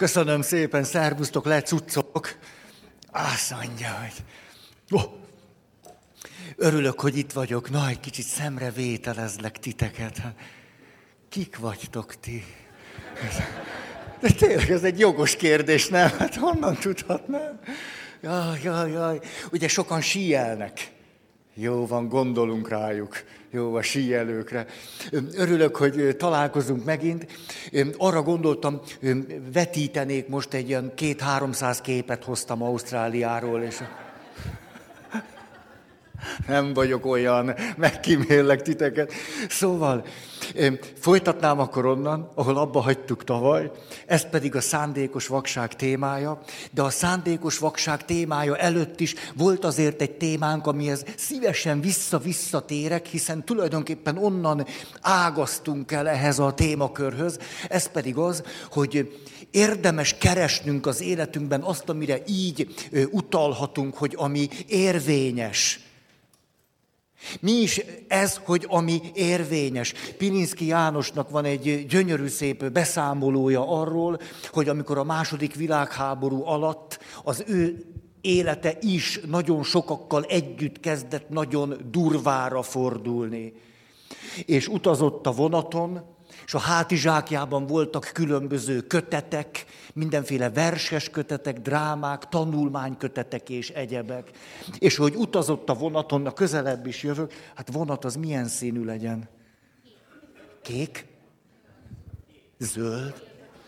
Köszönöm szépen, szervusztok, lecuccolok. Azt mondja, hogy... Örülök, hogy itt vagyok. Na, egy kicsit szemrevételezlek titeket. Kik vagytok ti? De tényleg ez egy jogos kérdés, nem? Hát honnan tudhatnám? Jaj. Ugye sokan síelnek. Jó van, gondolunk rájuk. Jó, a síelőkre. Örülök, hogy találkozunk megint. Arra gondoltam, vetítenék most egy ilyen 200-300 képet hoztam Ausztráliáról, és nem vagyok olyan, megkíméllek titeket. Szóval folytatnám akkor onnan, ahol abba hagytuk tavaly, ez pedig a szándékos vakság témája, de a szándékos vakság témája előtt is volt azért egy témánk, amihez szívesen visszatérek, hiszen tulajdonképpen onnan ágaztunk el ehhez a témakörhöz, ez pedig az, hogy érdemes keresnünk az életünkben azt, amire így utalhatunk, hogy ami érvényes. Mi is ez, hogy ami érvényes? Pilinszky Jánosnak van egy gyönyörű szép beszámolója arról, hogy amikor a II. Világháború alatt az ő élete is nagyon sokakkal együtt kezdett nagyon durvára fordulni. És utazott a vonaton, és a hátizsákjában voltak különböző kötetek, mindenféle verses kötetek, drámák, tanulmánykötetek és egyebek. És hogy utazott a vonaton, a közelebb is jövök, hát vonat az milyen színű legyen? Kék? Zöld?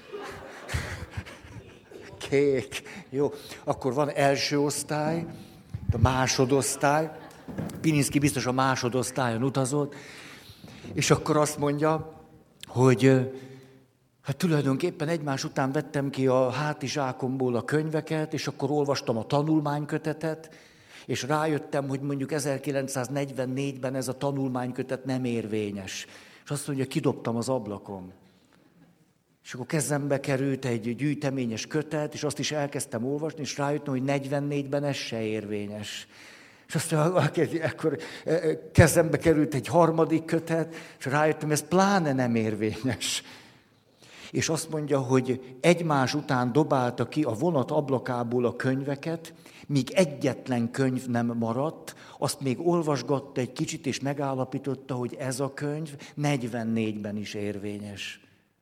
Kék. Jó, akkor van első osztály, a másodosztály. Pilinszky biztos a másodosztályon utazott, és akkor azt mondja, hogy hát tulajdonképpen egymás után vettem ki a hátizsákomból a könyveket, és akkor olvastam a tanulmánykötetet, és rájöttem, hogy mondjuk 1944-ben ez a tanulmánykötet nem érvényes. És azt mondja, kidobtam az ablakon. És akkor kezembe került egy gyűjteményes kötet, és azt is elkezdtem olvasni, és rájöttem, hogy 44-ben ez se érvényes. És aztán akkor kezembe került egy harmadik kötet, és rájöttem, ez pláne nem érvényes. És azt mondja, hogy egymás után dobálta ki a vonat ablakából a könyveket, míg egyetlen könyv nem maradt, azt még olvasgatta egy kicsit, és megállapította, hogy ez a könyv 44-ben is érvényes.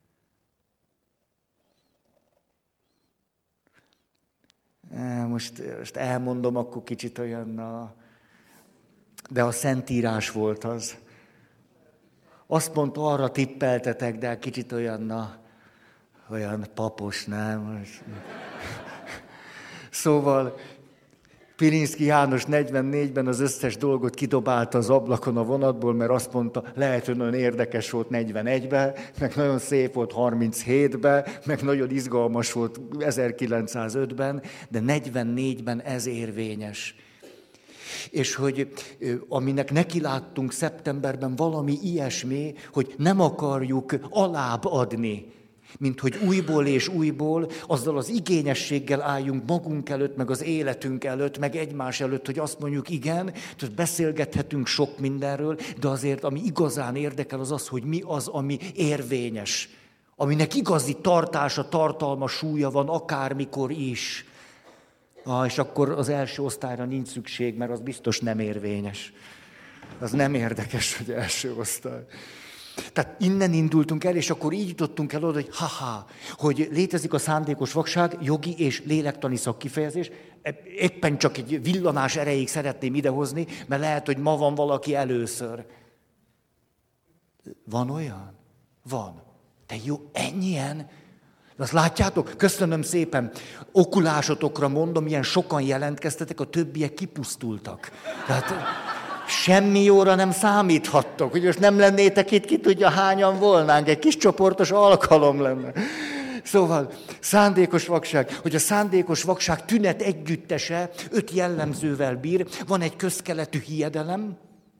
Most elmondom, akkor kicsit olyan, de a Szentírás volt az. Azt mondta, arra tippeltetek, de kicsit olyan papos, nem? Szóval Pilinszky János 44-ben az összes dolgot kidobálta az ablakon a vonatból, mert azt mondta, lehet, hogy nagyon érdekes volt 41-ben, meg nagyon szép volt 37-ben, meg nagyon izgalmas volt 1905-ben, de 44-ben ez érvényes. És hogy aminek nekiláttunk szeptemberben valami ilyesmi, hogy nem akarjuk alább adni, mint hogy újból és újból, azzal az igényességgel álljunk magunk előtt, meg az életünk előtt, meg egymás előtt, hogy azt mondjuk, igen, tehát beszélgethetünk sok mindenről, de azért, ami igazán érdekel, az az, hogy mi az, ami érvényes, aminek igazi tartása, tartalma, súlya van, akármikor is. És akkor az első osztályra nincs szükség, mert az biztos nem érvényes. Az nem érdekes, hogy első osztály. Tehát innen indultunk el, és akkor így jutottunk el oda, hogy hogy létezik a szándékos vakság, jogi és lélektani szakkifejezés. Éppen csak egy villanás erejéig szeretném idehozni, mert lehet, hogy ma van valaki először. Van olyan? Van. De jó, ennyien? Azt látjátok? Köszönöm szépen. Okulásotokra mondom, ilyen sokan jelentkeztetek, a többiek kipusztultak. Tehát semmi jóra nem számíthattok, hogy most nem lennétek itt, ki tudja hányan volnánk, egy kis csoportos alkalom lenne. Szóval, szándékos vakság, hogy a szándékos vakság tünet együttese 5 jellemzővel bír. Van egy közkeletű hiedelem,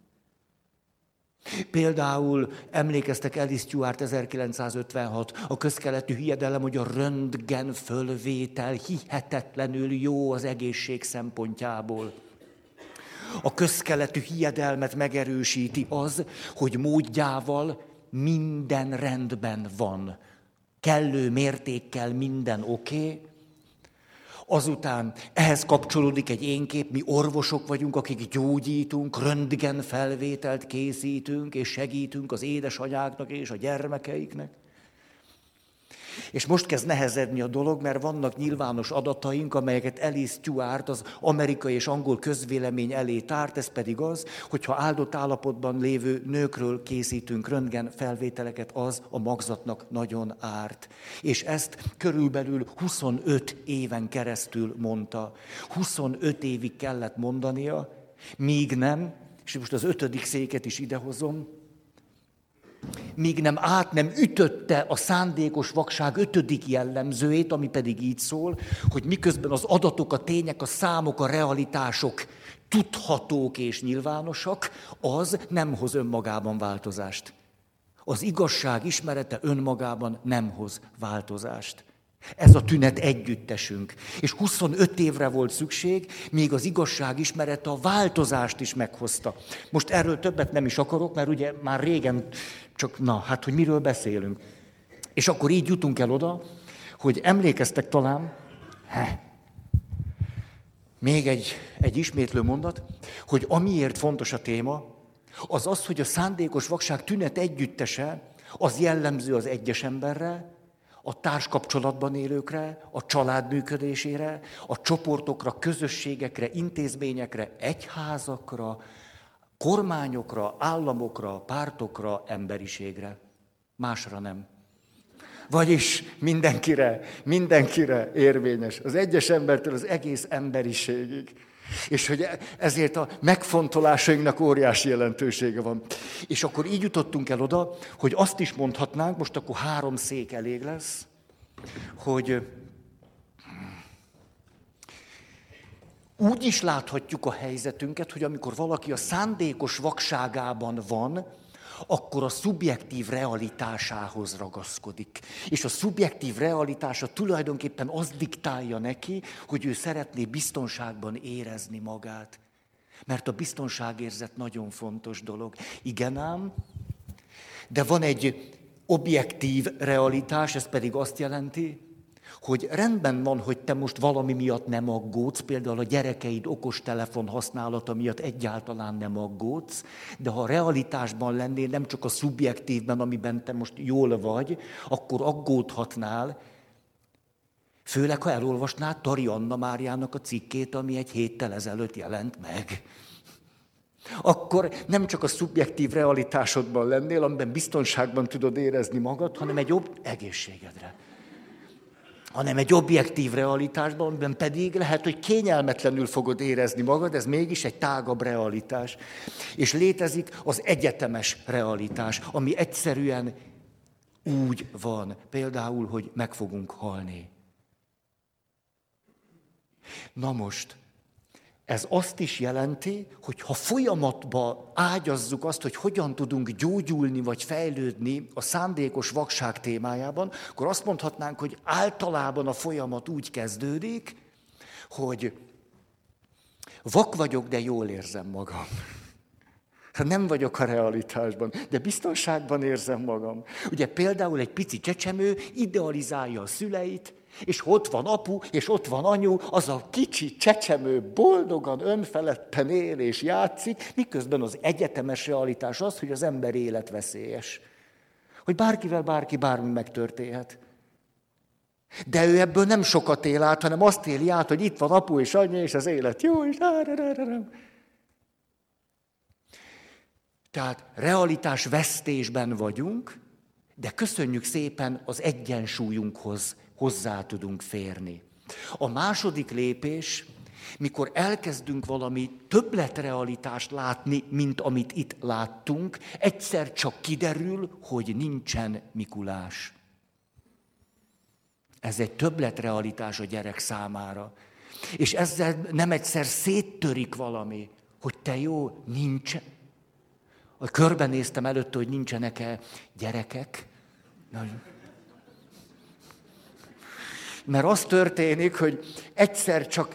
például emlékeztek Alice Stewart 1956, a közkeletű hiedelem, hogy a röntgen fölvétel hihetetlenül jó az egészség szempontjából. A közkeletű hiedelmet megerősíti az, hogy módjával minden rendben van. kellő mértékkel minden oké. Azután ehhez kapcsolódik egy énkép, mi orvosok vagyunk, akik gyógyítunk, röntgenfelvételt készítünk, és segítünk az édesanyáknak és a gyermekeiknek. És most kezd nehezedni a dolog, mert vannak nyilvános adataink, amelyeket Alice Stewart, az amerikai és angol közvélemény elé tárt, ez pedig az, hogyha áldott állapotban lévő nőkről készítünk röntgenfelvételeket, az a magzatnak nagyon árt. És ezt körülbelül 25 éven keresztül mondta. 25 évig kellett mondania, míg nem, és most az 5. széket is idehozom, míg nem ütötte a szándékos vakság 5. jellemzőjét, ami pedig így szól, hogy miközben az adatok, a tények, a számok, a realitások tudhatók és nyilvánosak, az nem hoz önmagában változást. Az igazság ismerete önmagában nem hoz változást. Ez a tünet együttesünk. És 25 évre volt szükség, míg az igazság ismerete a változást is meghozta. Most erről többet nem is akarok, mert ugye már régen csak, hogy miről beszélünk. És akkor így jutunk el oda, hogy emlékeztek talán, még egy ismétlő mondat, hogy amiért fontos a téma, az az, hogy a szándékos vakság tünet együttese, az jellemző az egyes emberre, a társkapcsolatban élőkre, a család működésére, a csoportokra, közösségekre, intézményekre, egyházakra, kormányokra, államokra, pártokra, emberiségre. Másra nem. Vagyis mindenkire érvényes. Az egyes embertől az egész emberiségig. És hogy ezért a megfontolásainknak óriási jelentősége van. És akkor így jutottunk el oda, hogy azt is mondhatnánk, most akkor 3 szék elég lesz, hogy úgy is láthatjuk a helyzetünket, hogy amikor valaki a szándékos vakságában van, akkor a szubjektív realitásához ragaszkodik. És a szubjektív realitása tulajdonképpen azt diktálja neki, hogy ő szeretné biztonságban érezni magát. Mert a biztonságérzet nagyon fontos dolog. Igen ám, de van egy objektív realitás, ez pedig azt jelenti, hogy rendben van, hogy te most valami miatt nem aggódsz, például a gyerekeid okostelefon használata miatt egyáltalán nem aggódsz, de ha a realitásban lennél, nem csak a szubjektívben, amiben te most jól vagy, akkor aggódhatnál, főleg, ha elolvasnád Tari Anna Máriának a cikkét, ami egy héttel ezelőtt jelent meg. Akkor nem csak a szubjektív realitásodban lennél, amiben biztonságban tudod érezni magad, hanem egy egészségedre. Hanem egy objektív realitásban, amiben pedig lehet, hogy kényelmetlenül fogod érezni magad, ez mégis egy tágabb realitás. És létezik az egyetemes realitás, ami egyszerűen úgy van, például, hogy meg fogunk halni. Na most, ez azt is jelenti, hogy ha folyamatba ágyazzuk azt, hogy hogyan tudunk gyógyulni vagy fejlődni a szándékos vakság témájában, akkor azt mondhatnánk, hogy általában a folyamat úgy kezdődik, hogy vak vagyok, de jól érzem magam. Nem vagyok a realitásban, de biztonságban érzem magam. Ugye például egy pici csecsemő idealizálja a szüleit, és ott van apu, és ott van anyu, az a kicsi csecsemő boldogan, önfeledten él és játszik, miközben az egyetemes realitás az, hogy az ember élet veszélyes. Hogy bárkivel bármi megtörténhet. De ő ebből nem sokat él át, hanem azt éli át, hogy itt van apu és anyja, és az élet jó, és Tehát realitás vesztésben vagyunk, de köszönjük szépen az egyensúlyunkhoz hozzá tudunk férni. A második lépés, mikor elkezdünk valami többletrealitást látni, mint amit itt láttunk, egyszer csak kiderül, hogy nincsen Mikulás. Ez egy többletrealitás a gyerek számára. És ezzel nem egyszer széttörik valami, hogy te jó, nincsen. Körbenéztem előtte, hogy nincsenek-e gyerekek. Mert az történik, hogy egyszer csak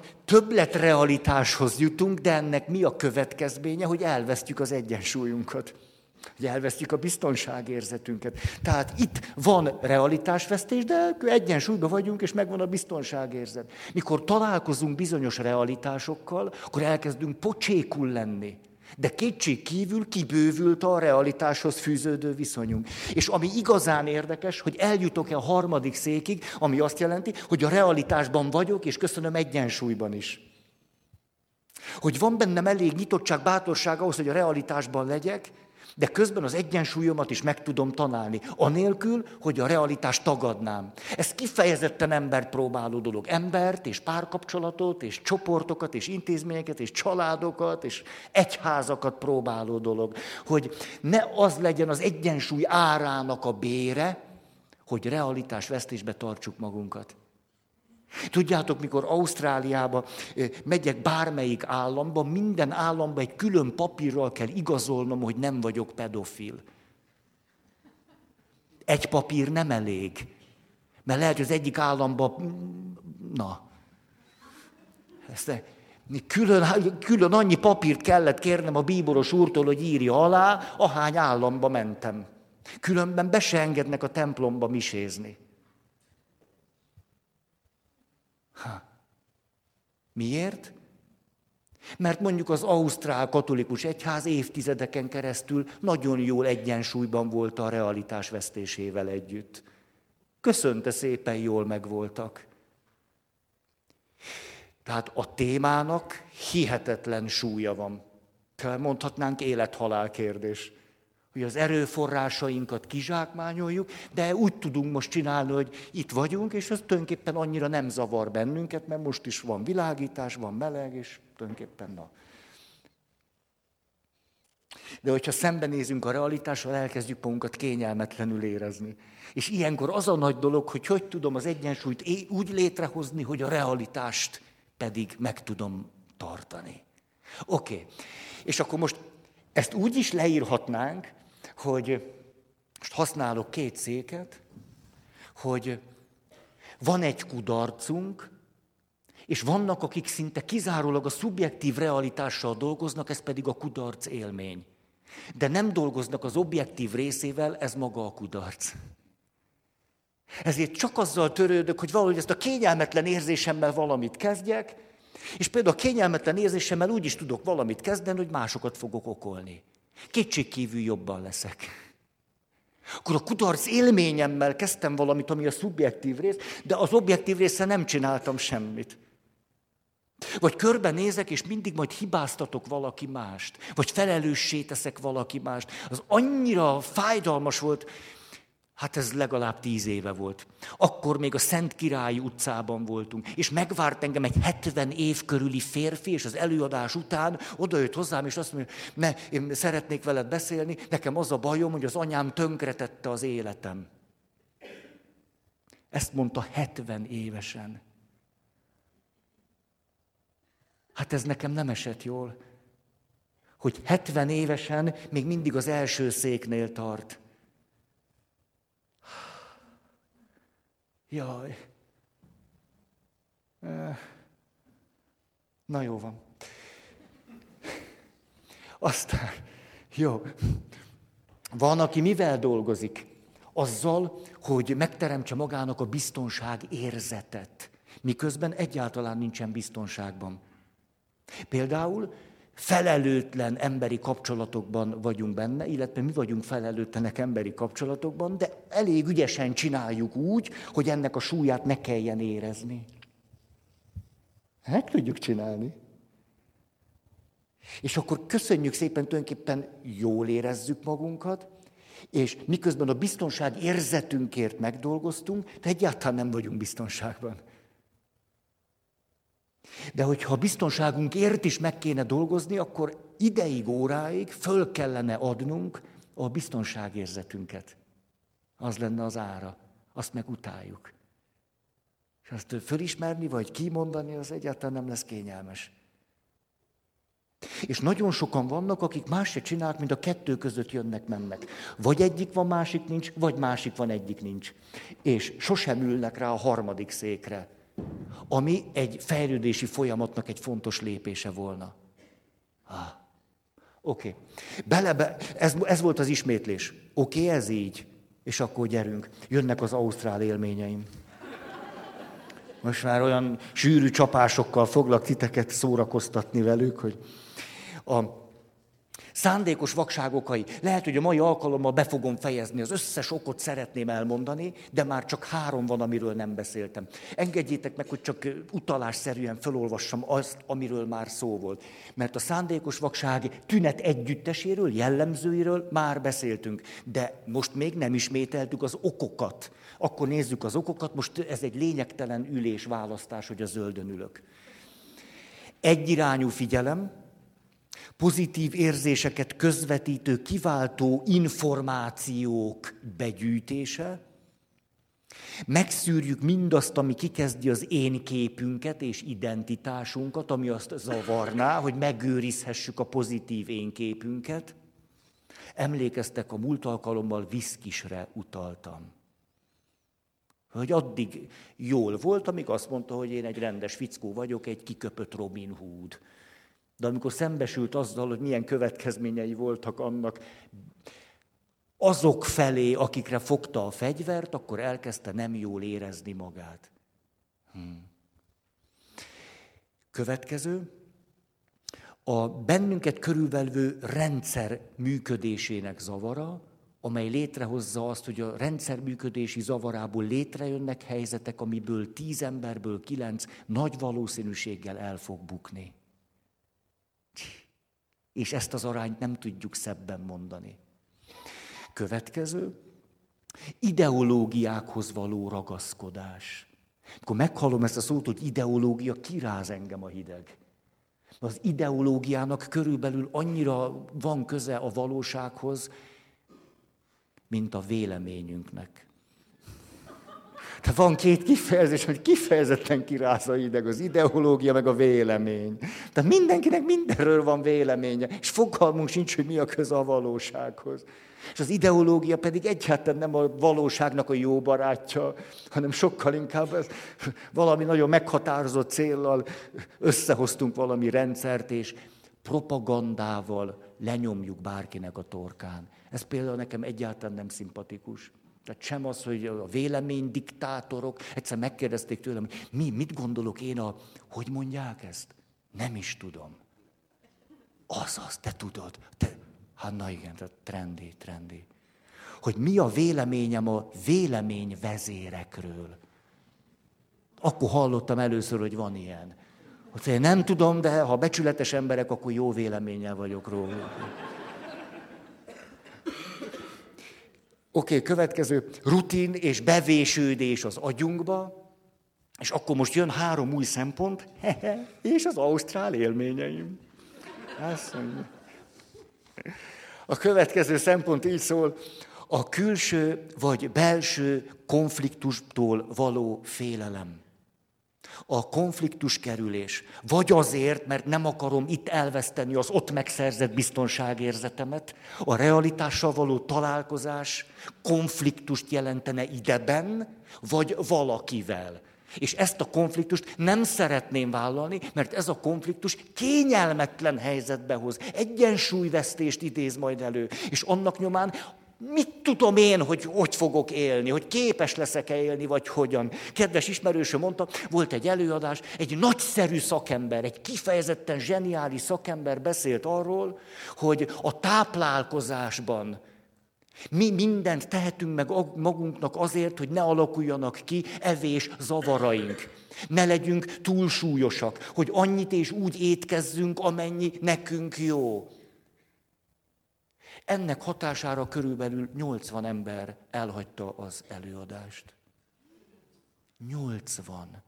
többletrealitáshoz jutunk, de ennek mi a következménye, hogy elvesztjük az egyensúlyunkat. hogy elvesztjük a biztonságérzetünket. Tehát itt van realitásvesztés, de egyensúlyban vagyunk, és megvan a biztonságérzet. Mikor találkozunk bizonyos realitásokkal, akkor elkezdünk pocsékul lenni. De kétség kívül kibővült a realitáshoz fűződő viszonyunk. És ami igazán érdekes, hogy eljutok-e a harmadik székig, ami azt jelenti, hogy a realitásban vagyok, és köszönöm egyensúlyban is. Hogy van bennem elég nyitottság, bátorság ahhoz, hogy a realitásban legyek, de közben az egyensúlyomat is meg tudom találni, anélkül, hogy a realitást tagadnám. Ez kifejezetten embert próbáló dolog. Embert, és párkapcsolatot, és csoportokat, és intézményeket, és családokat, és egyházakat próbáló dolog. Hogy ne az legyen az egyensúly árának a bére, hogy realitásvesztésbe tartsuk magunkat. Tudjátok, mikor Ausztráliába megyek bármelyik államba, minden államba egy külön papírral kell igazolnom, hogy nem vagyok pedofil. Egy papír nem elég. Mert lehet, hogy az egyik államban, külön annyi papírt kellett kérnem a bíboros úrtól, hogy írja alá, ahány államba mentem. Különben be se engednek a templomba misézni. Miért? Mert mondjuk az ausztrál katolikus egyház évtizedeken keresztül nagyon jól egyensúlyban volt a realitás vesztésével együtt. Köszönte szépen, jól megvoltak. Tehát a témának hihetetlen súlya van. Mondhatnánk élet-halál kérdés. Hogy az erőforrásainkat kizsákmányoljuk, de úgy tudunk most csinálni, hogy itt vagyunk, és ez tulajdonképpen annyira nem zavar bennünket, mert most is van világítás, van meleg, és tulajdonképpen De hogyha szembenézünk a realitással, elkezdjük magunkat kényelmetlenül érezni. És ilyenkor az a nagy dolog, hogy tudom az egyensúlyt úgy létrehozni, hogy a realitást pedig meg tudom tartani. Oké. És akkor most ezt úgy is leírhatnánk, hogy most használok 2 széket, hogy van egy kudarcunk, és vannak, akik szinte kizárólag a szubjektív realitással dolgoznak, ez pedig a kudarc élmény. De nem dolgoznak az objektív részével, ez maga a kudarc. Ezért csak azzal törődök, hogy valahogy ezt a kényelmetlen érzésemmel valamit kezdjek, és például a kényelmetlen érzésemmel úgy is tudok valamit kezdeni, hogy másokat fogok okolni. Kétségkívül jobban leszek. Akkor a kudarc élményemmel kezdtem valamit, ami a szubjektív rész, de az objektív része nem csináltam semmit. Vagy körbenézek, és mindig majd hibáztatok valaki mást. Vagy felelőssé teszek valaki mást. Az annyira fájdalmas volt, hát ez legalább 10 éve volt. Akkor még a Szent Királyi utcában voltunk, és megvárt engem egy 70 év körüli férfi, és az előadás után odajött hozzám, és azt mondja, én szeretnék veled beszélni, nekem az a bajom, hogy az anyám tönkretette az életem. Ezt mondta 70 évesen. Hát ez nekem nem esett jól, hogy 70 évesen még mindig az első széknél tart. Jaj. Na jó van. Aztán, jó. Van, aki mivel dolgozik? Azzal, hogy megteremtse magának a biztonság érzetet, miközben egyáltalán nincsen biztonságban. Például felelőtlen emberi kapcsolatokban vagyunk benne, illetve mi vagyunk felelőtlenek emberi kapcsolatokban, de elég ügyesen csináljuk úgy, hogy ennek a súlyát ne kelljen érezni. Meg tudjuk csinálni. És akkor köszönjük szépen, tulajdonképpen jól érezzük magunkat, és miközben a biztonság érzetünkért megdolgoztunk, de egyáltalán nem vagyunk biztonságban. De hogyha a biztonságunkért is meg kéne dolgozni, akkor ideig, óráig föl kellene adnunk a biztonságérzetünket. Az lenne az ára. Azt meg utáljuk. És azt fölismerni, vagy kimondani, az egyáltalán nem lesz kényelmes. És nagyon sokan vannak, akik más se csinálnak, mint a 2 között jönnek-mennek. Vagy egyik van, másik nincs, vagy másik van, egyik nincs. És sosem ülnek rá a harmadik székre, ami egy fejlődési folyamatnak egy fontos lépése volna. Oké. Ez volt az ismétlés. Oké, ez így. És akkor gyerünk. Jönnek az ausztrál élményeim. Most már olyan sűrű csapásokkal foglak titeket szórakoztatni velük, hogy a szándékos vakság okai. Lehet, hogy a mai alkalommal be fogom fejezni, az összes okot szeretném elmondani, de már csak 3 van, amiről nem beszéltem. Engedjétek meg, hogy csak utalásszerűen felolvassam azt, amiről már szó volt. Mert a szándékos vakság tünet együtteséről, jellemzőiről már beszéltünk, de most még nem ismételtük az okokat. Akkor nézzük az okokat, most ez egy lényegtelen ülés-választás, hogy a zöldön ülök. Egyirányú figyelem, pozitív érzéseket közvetítő, kiváltó információk begyűjtése, megszűrjük mindazt, ami kikezdi az én képünket és identitásunkat, ami azt zavarná, hogy megőrizhessük a pozitív én képünket. Emlékeztek, a múlt alkalommal viszkisre utaltam. Hogy addig jól volt, amíg azt mondta, hogy én egy rendes fickó vagyok, egy kiköpött Robin Hood. De amikor szembesült azzal, hogy milyen következményei voltak annak azok felé, akikre fogta a fegyvert, akkor elkezdte nem jól érezni magát. Következő, a bennünket körülvevő rendszer működésének zavara, amely létrehozza azt, hogy a rendszer működési zavarából létrejönnek helyzetek, amiből 10 emberből 9 nagy valószínűséggel el fog bukni. És ezt az arányt nem tudjuk szebben mondani. Következő, ideológiákhoz való ragaszkodás. Amikor meghallom ezt a szót, hogy ideológia, kiráz engem a hideg. Az ideológiának körülbelül annyira van köze a valósághoz, mint a véleményünknek. Tehát van 2 kifejezés, hogy kifejezetten kiráz a hideg, az ideológia meg a vélemény. Tehát mindenkinek mindenről van véleménye, és fogalmunk sincs, hogy mi a köze a valósághoz. És az ideológia pedig egyáltalán nem a valóságnak a jó barátja, hanem sokkal inkább ez, valami nagyon meghatározott céllal összehoztunk valami rendszert, és propagandával lenyomjuk bárkinek a torkán. Ez például nekem egyáltalán nem szimpatikus. Tehát sem az, hogy a véleménydiktátorok, egyszer megkérdezték tőlem, mit gondolok én hogy mondják ezt? Nem is tudom. Azaz, te tudod. Hát na igen, tehát trendi. Hogy mi a véleményem a véleményvezérekről. Akkor hallottam először, hogy van ilyen. Hogy én nem tudom, de ha becsületes emberek, akkor jó véleménnyel vagyok róla. Oké, következő, rutin és bevésődés az agyunkba, és akkor most jön 3 új szempont, és az ausztrál élményeim. A következő szempont így szól, a külső vagy belső konfliktustól való félelem. A konfliktus kerülés. Vagy azért, mert nem akarom itt elveszteni az ott megszerzett biztonságérzetemet, a realitással való találkozás konfliktust jelentene ideben, vagy valakivel. És ezt a konfliktust nem szeretném vállalni, mert ez a konfliktus kényelmetlen helyzetbe hoz, egyensúlyvesztést idéz majd elő, és annak nyomán mit tudom én, hogy fogok élni, hogy képes leszek-e élni, vagy hogyan. Kedves ismerősöm mondta, volt egy előadás, egy nagyszerű szakember, egy kifejezetten zseniális szakember beszélt arról, hogy a táplálkozásban mi mindent tehetünk meg magunknak azért, hogy ne alakuljanak ki evés zavaraink. Ne legyünk túlsúlyosak, hogy annyit és úgy étkezzünk, amennyi nekünk jó. Ennek hatására körülbelül 80 ember elhagyta az előadást. 80.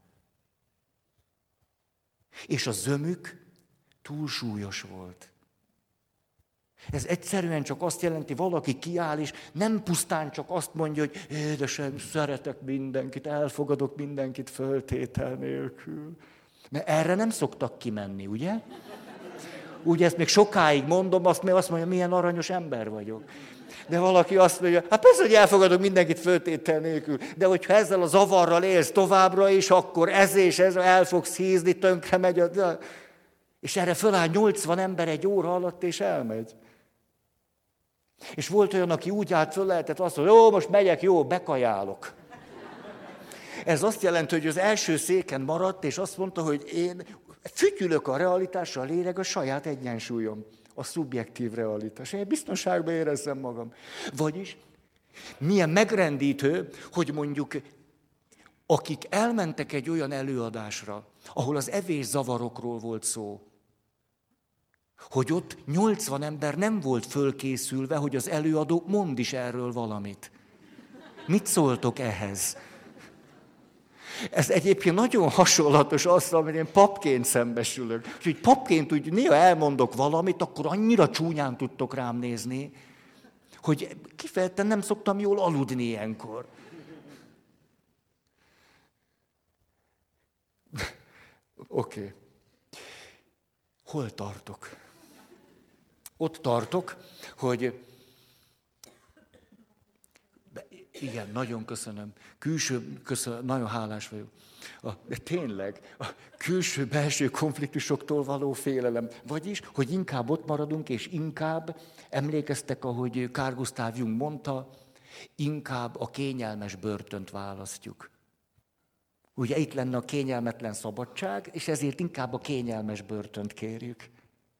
És a zömük túl súlyos volt. Ez egyszerűen csak azt jelenti, valaki kiáll, és nem pusztán csak azt mondja, hogy édesem, szeretek mindenkit, elfogadok mindenkit föltétel nélkül. Mert erre nem szoktak kimenni, ugye? Úgy ezt még sokáig mondom, azt mondja, milyen aranyos ember vagyok. De valaki azt mondja, hát persze, hogy elfogadok mindenkit föltétel nélkül, de hogyha ezzel a zavarral élsz továbbra is, akkor ez és ez el fogsz hízni, tönkre megy. És erre föláll 80 ember egy óra alatt, és elmegy. És volt olyan, aki úgy állt föl, lehetett azt mondani, jó, most megyek, jó, bekajálok. Ez azt jelenti, hogy az első széken maradt, és azt mondta, hogy én fütyülök a realitásra, a lélek a saját egyensúlyom, a szubjektív realitás. Én biztonságban érezzem magam. Vagyis milyen megrendítő, hogy mondjuk akik elmentek egy olyan előadásra, ahol az evészavarokról volt szó, hogy ott 80 ember nem volt fölkészülve, hogy az előadó mond is erről valamit. Mit szóltok ehhez? Ez egyébként nagyon hasonlatos azt, amit én papként szembesülök. Úgyhogy papként úgy néha elmondok valamit, akkor annyira csúnyán tudtok rám nézni, hogy kifejezetten nem szoktam jól aludni ilyenkor. Oké. Hol tartok? Ott tartok, hogy... Igen, nagyon köszönöm. Köszönöm, nagyon hálás vagyok. De tényleg, a külső-belső konfliktusoktól való félelem. Vagyis, hogy inkább ott maradunk, és inkább, emlékeztek, ahogy Carl Gustav Jung mondta, inkább a kényelmes börtönt választjuk. Ugye itt lenne a kényelmetlen szabadság, és ezért inkább a kényelmes börtönt kérjük.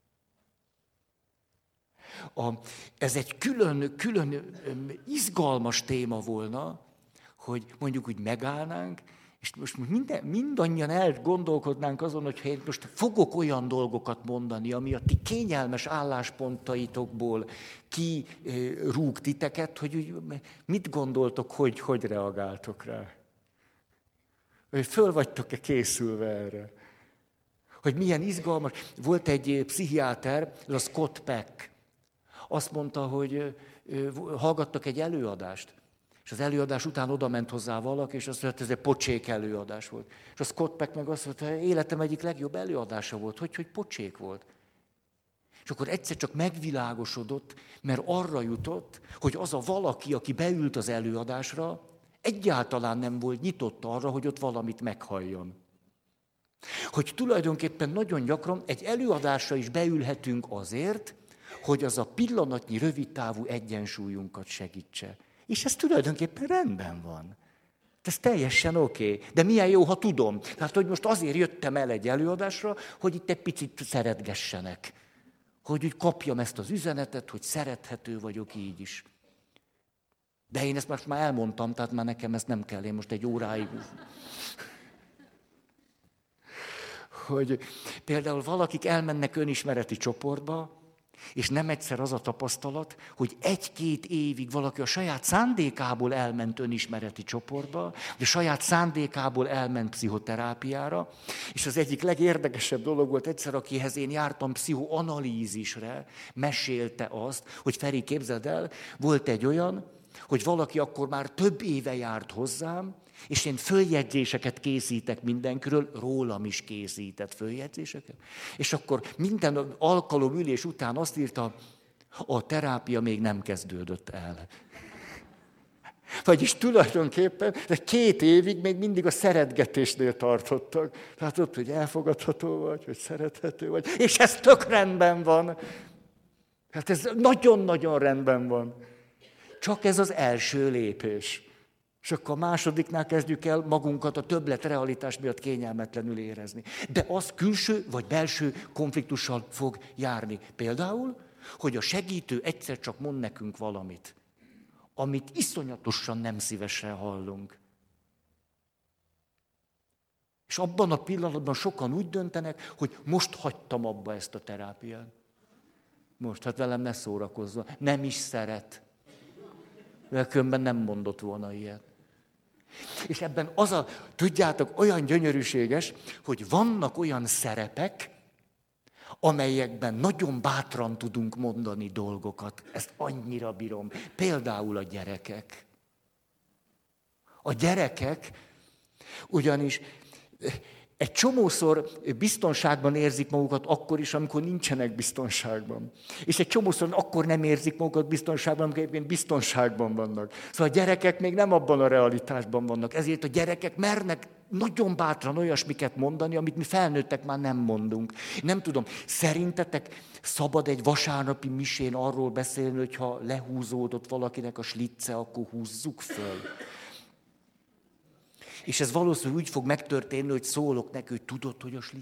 Ez egy külön izgalmas téma volna, hogy mondjuk úgy megállnánk, és most mindannyian elgondolkodnánk azon, hogy én most fogok olyan dolgokat mondani, ami a ti kényelmes álláspontaitokból kirúg titeket, hogy mit gondoltok, hogy reagáltok rá. Hogy föl vagytok-e készülve erre. Hogy milyen izgalmas. Volt egy pszichiáter, ez a Scott Peck. Azt mondta, hogy hallgattak egy előadást, és az előadás után oda ment hozzá valaki, és azt mondta, hogy ez egy pocsék előadás volt. És a Scott Peck meg azt mondta, hogy életem egyik legjobb előadása volt, hogy pocsék volt. És akkor egyszer csak megvilágosodott, mert arra jutott, hogy az a valaki, aki beült az előadásra, egyáltalán nem volt nyitott arra, hogy ott valamit meghalljon. Hogy tulajdonképpen nagyon gyakran egy előadásra is beülhetünk azért, hogy az a pillanatnyi rövidtávú egyensúlyunkat segítse. És ez tulajdonképpen rendben van. Ez teljesen oké. De milyen jó, ha tudom. Tehát, hogy most azért jöttem el egy előadásra, hogy itt egy picit szeretgessenek. Hogy úgy kapjam ezt az üzenetet, hogy szerethető vagyok így is. De én ezt most már elmondtam, tehát már nekem ezt nem kell, én most egy óráig... Hogy például valakik elmennek önismereti csoportba, és nem egyszer az a tapasztalat, hogy 1-2 évig valaki a saját szándékából elment önismereti csoportba, vagy a saját szándékából elment pszichoterápiára, és az egyik legérdekesebb dolog volt egyszer, akihez én jártam pszichoanalízisre, mesélte azt, hogy Feri, képzeld el, volt egy olyan, hogy valaki akkor már több éve járt hozzám, és én följegyzéseket készítek mindenkiről, rólam is készített följegyzéseket. És akkor minden alkalom ülés után azt írta, a terápia még nem kezdődött el. Vagyis tulajdonképpen, de 2 évig még mindig a szeretgetésnél tartottak. Tehát ott, hogy elfogadható vagy, hogy szerethető vagy, és ez tök rendben van. Hát ez nagyon-nagyon rendben van. Csak ez az első lépés. És akkor a másodiknál kezdjük el magunkat a többlet realitás miatt kényelmetlenül érezni. De az külső vagy belső konfliktussal fog járni. Például, hogy a segítő egyszer csak mond nekünk valamit, amit iszonyatosan nem szívesen hallunk. És abban a pillanatban sokan úgy döntenek, hogy most hagytam abba ezt a terápiát. Most, hát velem ne szórakozzon. Nem is szeret. Mert különben nem mondott volna ilyet. És ebben tudjátok, olyan gyönyörűséges, hogy vannak olyan szerepek, amelyekben nagyon bátran tudunk mondani dolgokat. Ezt annyira bírom. Például a gyerekek. A gyerekek ugyanis egy csomószor biztonságban érzik magukat akkor is, amikor nincsenek biztonságban. És egy csomószor akkor nem érzik magukat biztonságban, amikor egyébként biztonságban vannak. Szóval a gyerekek még nem abban a realitásban vannak. Ezért a gyerekek mernek nagyon bátran olyasmiket mondani, amit mi felnőttek már nem mondunk. Nem tudom, szerintetek szabad egy vasárnapi misén arról beszélni, hogyha lehúzódott valakinek a slicce, akkor húzzuk föl? És ez valószínűleg úgy fog megtörténni, hogy szólok neki, hogy tudod, hogy a slicce.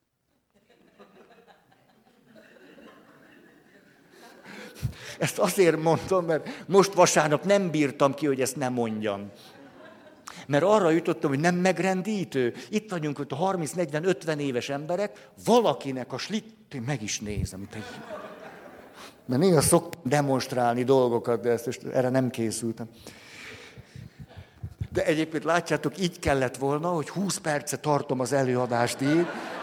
Ezt azért mondom, mert most vasárnap nem bírtam ki, hogy ezt nem mondjam. Mert arra jutottam, hogy nem megrendítő. Itt vagyunk, hogy a 30-40-50 éves emberek, valakinek a én meg is nézem. Mert néha szoktam demonstrálni dolgokat, de erre nem készültem. De egyébként látjátok, így kellett volna, hogy 20 perce tartom az előadást így,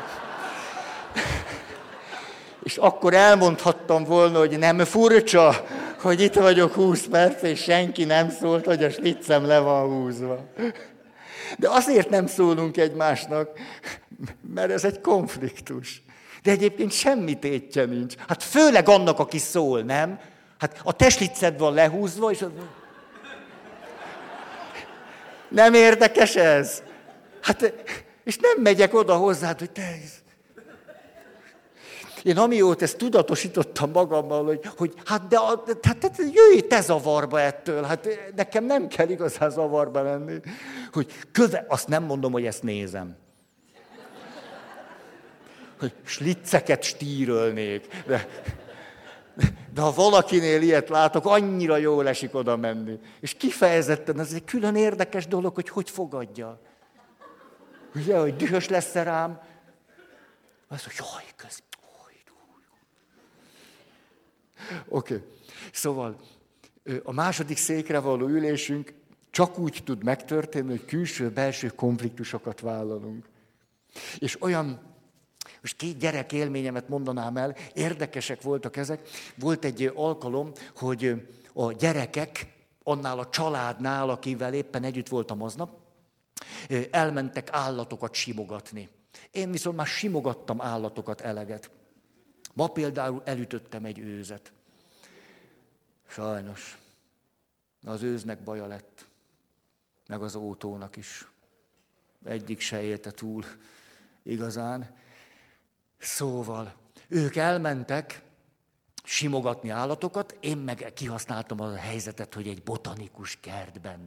és akkor elmondhattam volna, hogy nem furcsa, hogy itt vagyok 20 perc, és senki nem szólt, hogy a sliccem le van húzva. De azért nem szólunk egymásnak, mert ez egy konfliktus. De egyébként semmi tétje nincs. Hát főleg annak, aki szól, nem? Hát a te slicced van lehúzva, és... Nem érdekes ez? Hát, és nem megyek oda hozzád, hogy te... Én amióta ezt tudatosítottam magammal, hogy hát jöjj te zavarba ettől, hát nekem nem kell igazán zavarba lenni. Hogy azt nem mondom, hogy ezt nézem. Hogy slicceket stírölnék. De ha valakinél ilyet látok, annyira jól esik oda menni. És kifejezetten ez egy külön érdekes dolog, hogy fogadja. Ugye, hogy dühös lesz rám. Azt mondja, jaj, kösz. Oké. Szóval a második székre való ülésünk csak úgy tud megtörténni, hogy külső-belső konfliktusokat vállalunk. És olyan, most 2 gyerek élményemet mondanám el, érdekesek voltak ezek. Volt egy alkalom, hogy a gyerekek annál a családnál, akivel éppen együtt voltam aznap, elmentek állatokat simogatni. Én viszont már simogattam állatokat eleget. Ma például elütöttem egy őzet. Sajnos. Az őznek baja lett. Meg az ótónak is. Egyik se élte túl igazán. Szóval, ők elmentek simogatni állatokat, én meg kihasználtam a helyzetet, hogy egy botanikus kertben.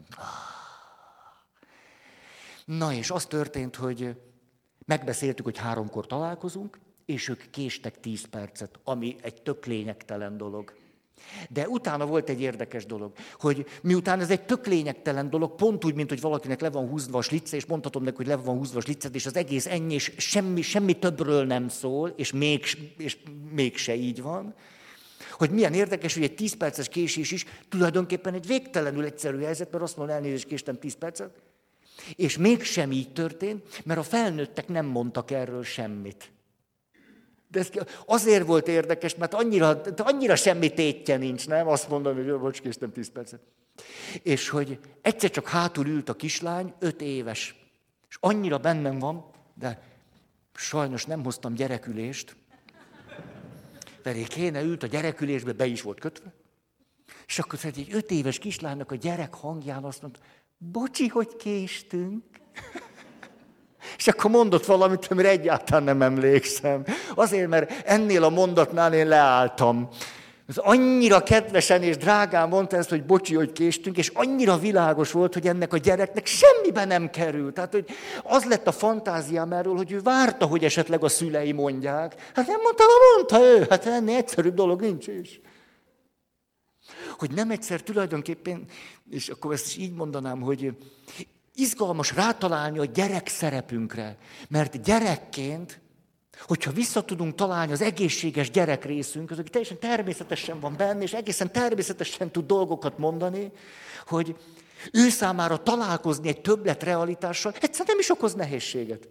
Na és az történt, hogy megbeszéltük, hogy 3-kor találkozunk, és ők késtek 10 percet, ami egy tök lényegtelen dolog. De utána volt egy érdekes dolog, hogy miután ez egy tök lényegtelen dolog, pont úgy, mint hogy valakinek le van húzva a slicce, és mondhatom neki, hogy le van húzva a slicced, és az egész ennyi, és semmi többről nem szól, és mégse így van. Hogy milyen érdekes, hogy egy 10 perces késés is tulajdonképpen egy végtelenül egyszerű helyzet, mert azt mondom, elnézést, késtem 10 percet. És mégsem így történt, mert a felnőttek nem mondtak erről semmit. De ez azért volt érdekes, mert annyira semmi tétje nincs, nem? Azt mondom, hogy bocs, késtem 10 percet. És hogy egyszer csak hátul ült a kislány, 5 éves. És annyira bennem van, de sajnos nem hoztam gyerekülést, pedig kéne, ült a gyerekülésbe, be is volt kötve. És akkor egy 5 éves kislánynak a gyerek hangján azt mondta, bocsi, hogy késtünk. És akkor mondott valamit, amire egyáltalán nem emlékszem. Azért, mert ennél a mondatnál én leálltam. Ez annyira kedvesen és drágán mondta ezt, hogy bocsi, hogy késtünk, és annyira világos volt, hogy ennek a gyereknek semmibe nem került. Tehát, hogy az lett a fantáziám erről, hogy ő várta, hogy esetleg a szülei mondják. Hát nem mondta ő. Hát ennél egyszerűbb dolog nincs is. Hogy nem egyszer tulajdonképpen, és akkor ezt is így mondanám, hogy izgalmas rátalálni a gyerek szerepünkre, mert gyerekként, hogyha vissza tudunk találni az egészséges gyerek részünk, az, aki teljesen természetesen van benne, és egészen természetesen tud dolgokat mondani, hogy ő számára találkozni egy többlet realitással egyszerűen nem is okoz nehézséget.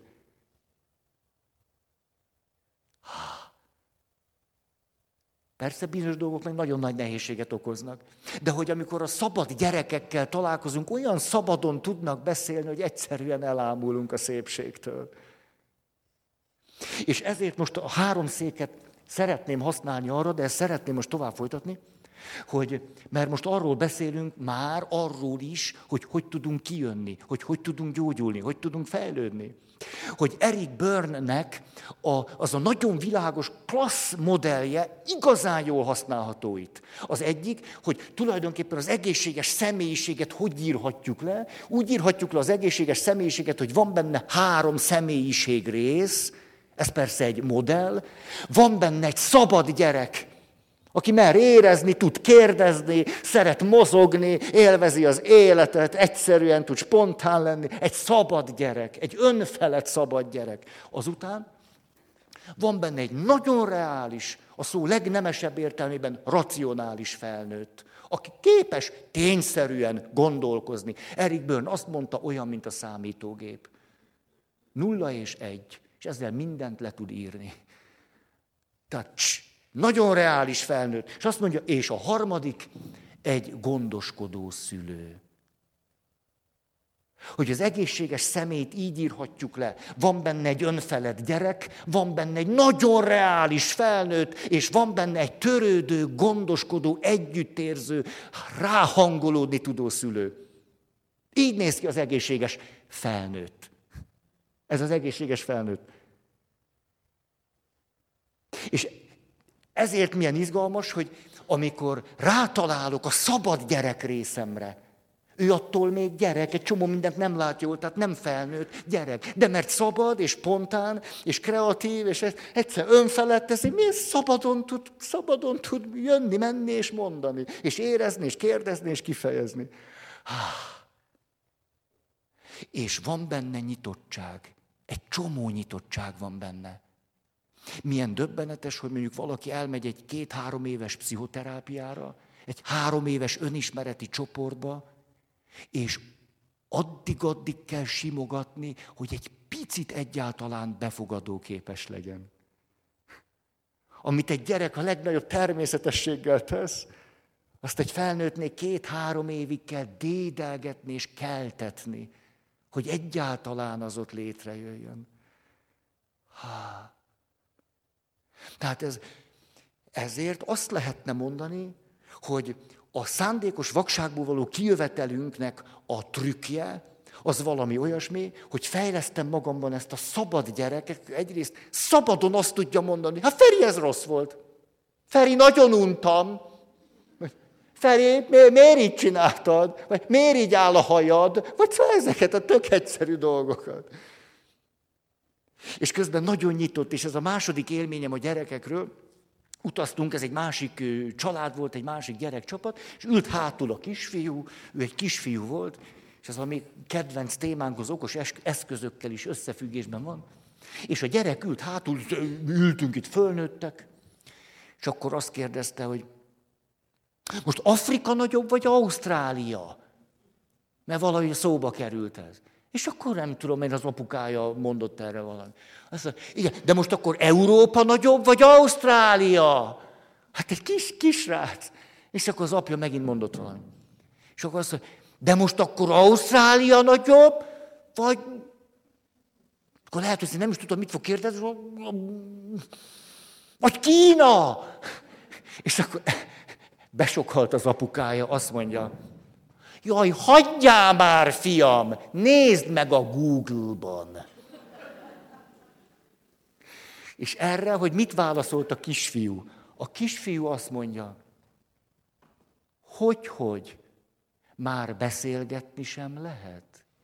Persze bizonyos dolgok meg nagyon nagy nehézséget okoznak. De hogy amikor a szabad gyerekekkel találkozunk, olyan szabadon tudnak beszélni, hogy egyszerűen elámulunk a szépségtől. És ezért most a 3 széket szeretném használni arra, de ezt szeretném most tovább folytatni, Mert most arról beszélünk már, arról is, hogy tudunk kijönni, hogy tudunk gyógyulni, hogy tudunk fejlődni. Hogy Eric Berne-nek az a nagyon világos, klassz modellje igazán jól használható itt. Az egyik, hogy tulajdonképpen az egészséges személyiséget hogy írhatjuk le? Úgy írhatjuk le az egészséges személyiséget, hogy van benne 3 személyiségrész, ez persze egy modell, van benne egy szabad gyerek, aki mer érezni, tud kérdezni, szeret mozogni, élvezi az életet, egyszerűen tud spontán lenni. Egy szabad gyerek, egy önfelett szabad gyerek. Azután van benne egy nagyon reális, a szó legnemesebb értelmében racionális felnőtt, aki képes tényszerűen gondolkozni. Eric Berne azt mondta, olyan, mint a számítógép. 0 és 1, és ezzel mindent le tud írni. Tehát nagyon reális felnőtt. És azt mondja, és a harmadik, egy gondoskodó szülő. Hogy az egészséges személyt így írhatjuk le. Van benne egy önfelett gyerek, van benne egy nagyon reális felnőtt, és van benne egy törődő, gondoskodó, együttérző, ráhangolódni tudó szülő. Így néz ki az egészséges felnőtt. Ez az egészséges felnőtt. És ezért milyen izgalmas, hogy amikor rátalálok a szabad gyerek részemre, ő attól még gyerek, egy csomó mindent nem lát jól, tehát nem felnőtt gyerek. De mert szabad, és spontán, és kreatív, és egyszer önfelett teszi, miért szabadon tud jönni, menni és mondani, és érezni, és kérdezni, és kifejezni. És van benne nyitottság. Egy csomó nyitottság van benne. Milyen döbbenetes, hogy mondjuk valaki elmegy egy 2-3 éves pszichoterápiára, egy 3 éves önismereti csoportba, és addig kell simogatni, hogy egy picit egyáltalán befogadóképes legyen. Amit egy gyerek a legnagyobb természetességgel tesz, azt egy felnőttnél 2-3 évig kell dédelgetni és keltetni, hogy egyáltalán az ott létrejöjjön. Tehát ezért azt lehetne mondani, hogy a szándékos vakságból való kijövetelünknek a trükkje, az valami olyasmi, hogy fejlesztem magamban ezt a szabad gyereket, egyrészt szabadon azt tudja mondani, hát Feri, ez rossz volt. Feri, nagyon untam. Feri, miért így csináltad? Vagy miért így áll a hajad? Vagy szóval ezeket a tök egyszerű dolgokat. És közben nagyon nyitott, és ez a második élményem a gyerekekről, utaztunk, ez egy másik család volt, egy másik gyerekcsapat, és ült hátul a kisfiú, ő egy kisfiú volt, és ez a mi kedvenc témánk az okos eszközökkel is összefüggésben van. És a gyerek ült hátul, ültünk itt, fölnőttek, és akkor azt kérdezte, hogy most Afrika nagyobb, vagy Ausztrália? Mert valahogy szóba került ez. És akkor nem tudom, én az apukája mondott erre valamit. Azt mondja, igen, de most akkor Európa nagyobb, vagy Ausztrália? Hát egy kisrác. És akkor az apja megint mondott valamit. És akkor azt mondja, de most akkor Ausztrália nagyobb, vagy... Akkor lehet, hogy nem is tudtam, mit fog kérdezni, vagy Kína! És akkor besokhalt az apukája, azt mondja, jaj, hagyjál már, fiam, nézd meg a Google-ban. És erre, hogy mit válaszolt a kisfiú? A kisfiú azt mondja, hogy már beszélgetni sem lehet.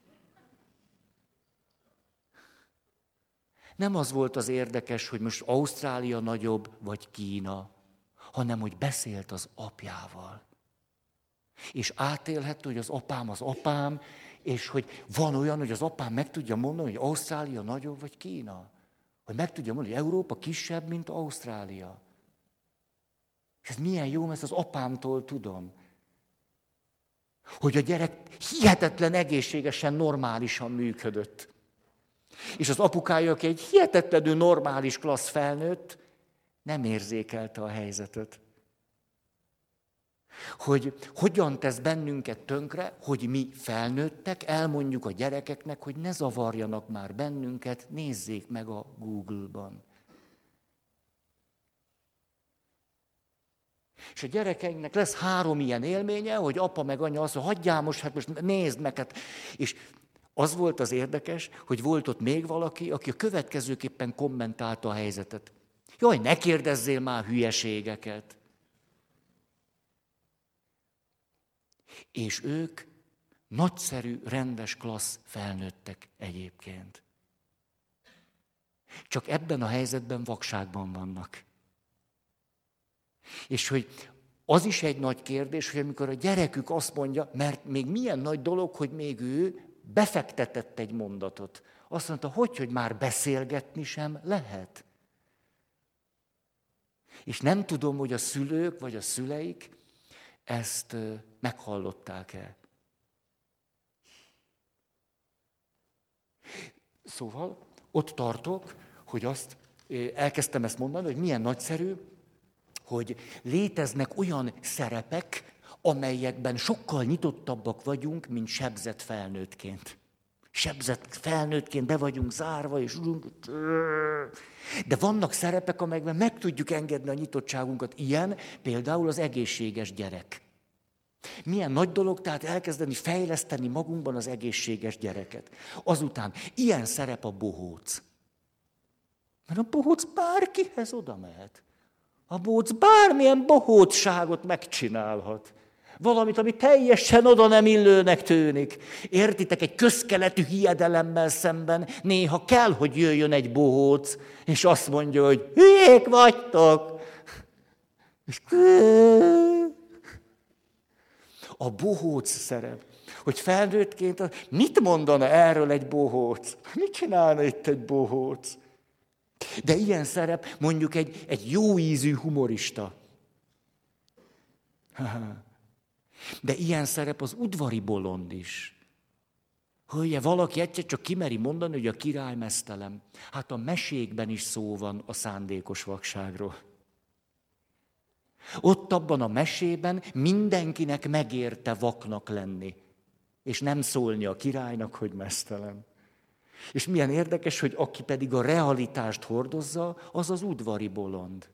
Nem az volt az érdekes, hogy most Ausztrália nagyobb, vagy Kína, hanem hogy beszélt az apjával. És átélhető, hogy az apám, és hogy van olyan, hogy az apám meg tudja mondani, hogy Ausztrália nagyobb, vagy Kína. Hogy meg tudja mondani, hogy Európa kisebb, mint Ausztrália. És ez milyen jó, mert ezt az apámtól tudom. Hogy a gyerek hihetetlen egészségesen, normálisan működött. És az apukája, aki egy hihetetlenül normális klassz felnőtt, nem érzékelte a helyzetet. Hogy hogyan tesz bennünket tönkre, hogy mi felnőttek, elmondjuk a gyerekeknek, hogy ne zavarjanak már bennünket, nézzék meg a Google-ban. És a gyerekeinknek lesz 3 ilyen élménye, hogy apa meg anya azt mondja, hagyjál most, hát most nézd meg. Hát. És az volt az érdekes, hogy volt ott még valaki, aki a következőképpen kommentálta a helyzetet. Jaj, ne kérdezzél már hülyeségeket. És ők nagyszerű, rendes, klassz felnőttek egyébként. Csak ebben a helyzetben vakságban vannak. És hogy az is egy nagy kérdés, hogy amikor a gyerekük azt mondja, mert még milyen nagy dolog, hogy még ő befektetett egy mondatot. Azt mondta, hogy már beszélgetni sem lehet. És nem tudom, hogy a szülők vagy a szüleik ezt meghallották-e. Szóval ott tartok, hogy elkezdtem ezt mondani, hogy milyen nagyszerű, hogy léteznek olyan szerepek, amelyekben sokkal nyitottabbak vagyunk, mint sebzett felnőttként. Sebzett felnőttként be vagyunk zárva, és de vannak szerepek, amelyekben meg tudjuk engedni a nyitottságunkat. Ilyen például az egészséges gyerek. Milyen nagy dolog, tehát elkezdeni fejleszteni magunkban az egészséges gyereket. Azután ilyen szerep a bohóc. Mert a bohóc bárkihez oda mehet. A bohóc bármilyen bohócságot megcsinálhat. Valamit, ami teljesen oda nem illőnek tűnik. Értitek, egy közkeletű hiedelemmel szemben néha kell, hogy jöjjön egy bohóc, és azt mondja, hogy hülyék vagytok. És a bohóc szerep, hogy felnőttként mit mondana erről egy bohóc? Mit csinálna itt egy bohóc? De ilyen szerep mondjuk egy jó ízű humorista. De ilyen szerep az udvari bolond is. Hogy valaki egyszer csak kimeri mondani, hogy a király meztelem. Hát a mesékben is szó van a szándékos vakságról. Ott abban a mesében mindenkinek megérte vaknak lenni. És nem szólni a királynak, hogy meztelem. És milyen érdekes, hogy aki pedig a realitást hordozza, az az udvari bolond.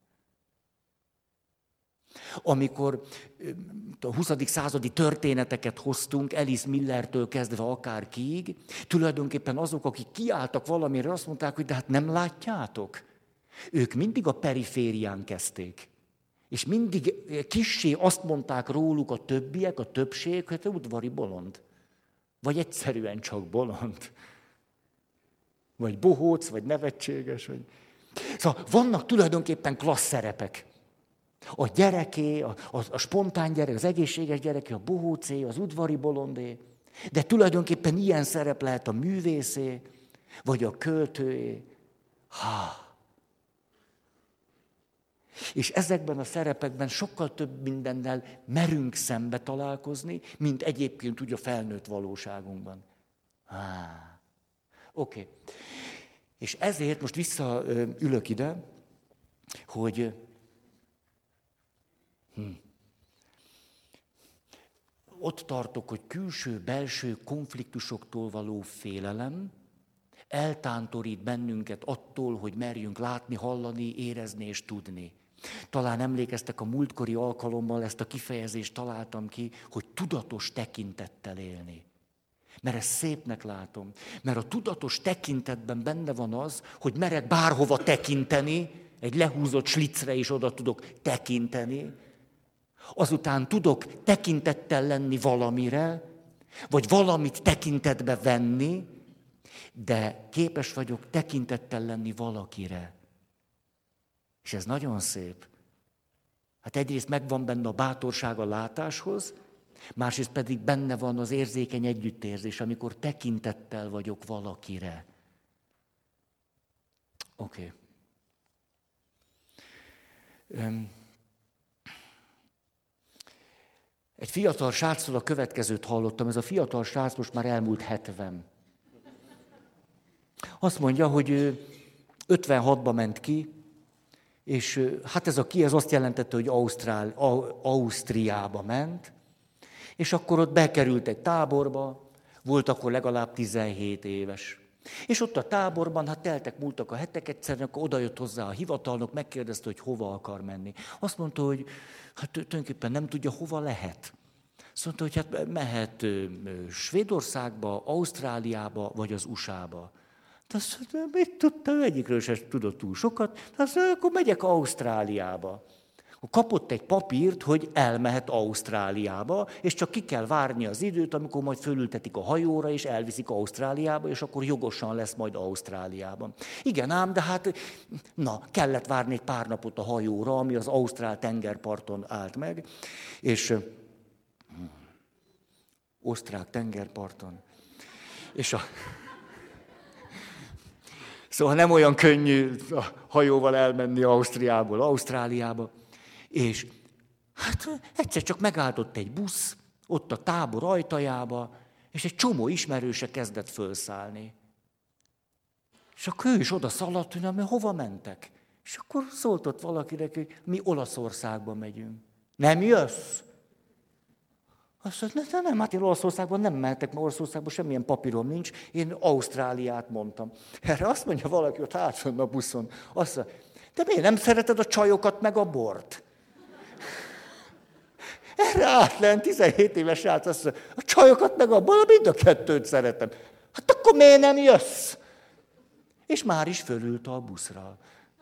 Amikor a 20. századi történeteket hoztunk, Alice Millertől kezdve akárkiig, tulajdonképpen azok, akik kiálltak valamire, azt mondták, hogy de hát nem látjátok? Ők mindig a periférián kezdték. És mindig kissé azt mondták róluk a többiek, a többség, hogy te udvari bolond. Vagy egyszerűen csak bolond. Vagy bohóc, vagy nevetséges. Vagy... Szóval vannak tulajdonképpen klassz szerepek. A gyereké, a spontán gyerek, az egészséges gyereké, a bohócé, az udvari bolondé. De tulajdonképpen ilyen szerep lehet a művészé, vagy a költőé. És ezekben a szerepekben sokkal több mindennel merünk szembe találkozni, mint egyébként úgy a felnőtt valóságunkban. Oké. És ezért most visszaülök ide, hogy ott tartok, hogy külső-belső konfliktusoktól való félelem eltántorít bennünket attól, hogy merjünk látni, hallani, érezni és tudni. Talán emlékeztek, a múltkori alkalommal ezt a kifejezést találtam ki, hogy tudatos tekintettel élni. Mert ezt szépnek látom. Mert a tudatos tekintetben benne van az, hogy merek bárhova tekinteni, egy lehúzott slicre is oda tudok tekinteni, azután tudok tekintettel lenni valamire, vagy valamit tekintetbe venni, de képes vagyok tekintettel lenni valakire. És ez nagyon szép. Hát egyrészt megvan benne a bátorság a látáshoz, másrészt pedig benne van az érzékeny együttérzés, amikor tekintettel vagyok valakire. Oké. Egy fiatal sráctól a következőt hallottam, ez a fiatal srác most már elmúlt 70. Azt mondja, hogy ő 56-ba ment ki, és hát ez azt jelentette, hogy Ausztriába ment, és akkor ott bekerült egy táborba, volt akkor legalább 17 éves. És ott a táborban, hát teltek-múltak a hetek, egyszerűen akkor odajött hozzá a hivatalnok, megkérdezte, hogy hova akar menni. Azt mondta, hogy hát tulajdonképpen nem tudja, hova lehet. Azt mondta, hogy hát mehet Svédországba, Ausztráliába, vagy az USA-ba. Azt mondta, mit tudta, egyikről sem tudott túl sokat, azt mondta, akkor megyek Ausztráliába. Kapott egy papírt, hogy elmehet Ausztráliába, és csak ki kell várni az időt, amikor majd fölültetik a hajóra, és elviszik Ausztráliába, és akkor jogosan lesz majd Ausztráliában. Igen ám, de hát, kellett várni egy pár napot a hajóra, ami az ausztrál tengerparton állt meg, és osztrák tengerparton. És Szóval nem olyan könnyű a hajóval elmenni Ausztriából Ausztráliába. És hát egyszer csak megállt egy busz, ott a tábor ajtajába, és egy csomó ismerőse kezdett fölszállni. És akkor ő is oda szaladt, hogy hova mentek. És akkor szólt ott valakinek, hogy mi Olaszországba megyünk. Nem jössz? Azt mondta, nem, hát én Olaszországban nem mehetek, mert Olaszországban semmilyen papírom nincs, én Ausztráliát mondtam. Erre azt mondja valaki ott hátrán a buszon, azt mondja, de miért nem szereted a csajokat meg a bort? Erre átlen 17 éves srác azt mondja, a csajokat meg a bort, mind a kettőt szeretem. Hát akkor miért nem jössz? És már is fölült a buszra.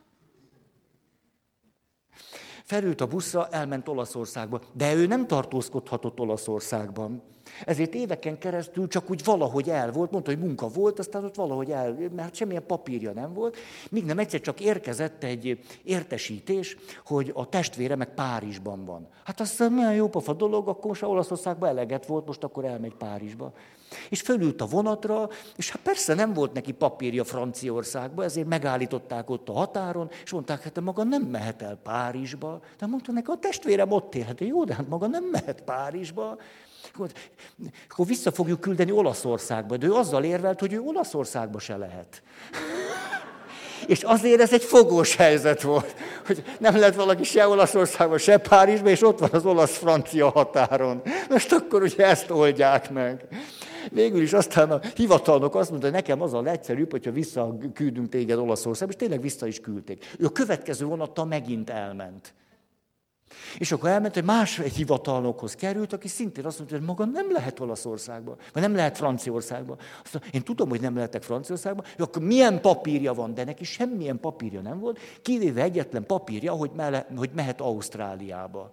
Felült a buszra, elment Olaszországba, de ő nem tartózkodhatott Olaszországban. Ezért éveken keresztül csak úgy valahogy el volt, mondta, hogy munka volt, aztán ott valahogy el, mert semmilyen papírja nem volt. Míg nem egyszer csak érkezett egy értesítés, hogy a testvére meg Párizsban van. Hát azt mondja, milyen jópofa dolog, akkor most Olaszországban eleget volt, most akkor elmegy Párizsba. És fölült a vonatra, és hát persze nem volt neki papírja Franciaországba, ezért megállították ott a határon, és mondták, hát maga nem mehet el Párizsba. De mondta neki, a testvérem ott él, hát jó, de hát maga nem mehet Párizsba. Akkor vissza fogjuk küldeni Olaszországba, de ő azzal érvelt, hogy ő Olaszországba se lehet. És azért ez egy fogós helyzet volt, hogy nem lehet valaki se Olaszországban, se Párizsban, és ott van az olasz-francia határon. Most akkor ugye ezt oldják meg. Végül is aztán a hivatalnok azt mondta, hogy nekem az a legegyszerűbb, hogyha visszaküldünk téged Olaszországba, és tényleg vissza is küldték. Ő a következő vonattal megint elment. És akkor elment, hogy egy hivatalnokhoz került, aki szintén azt mondta, hogy maga nem lehet Olaszországba, vagy nem lehet Franciaországba. Azt mondta, én tudom, hogy nem lehetek Franciaországba, akkor milyen papírja van, de neki semmilyen papírja nem volt, kivéve egyetlen papírja, hogy mehet Ausztráliába.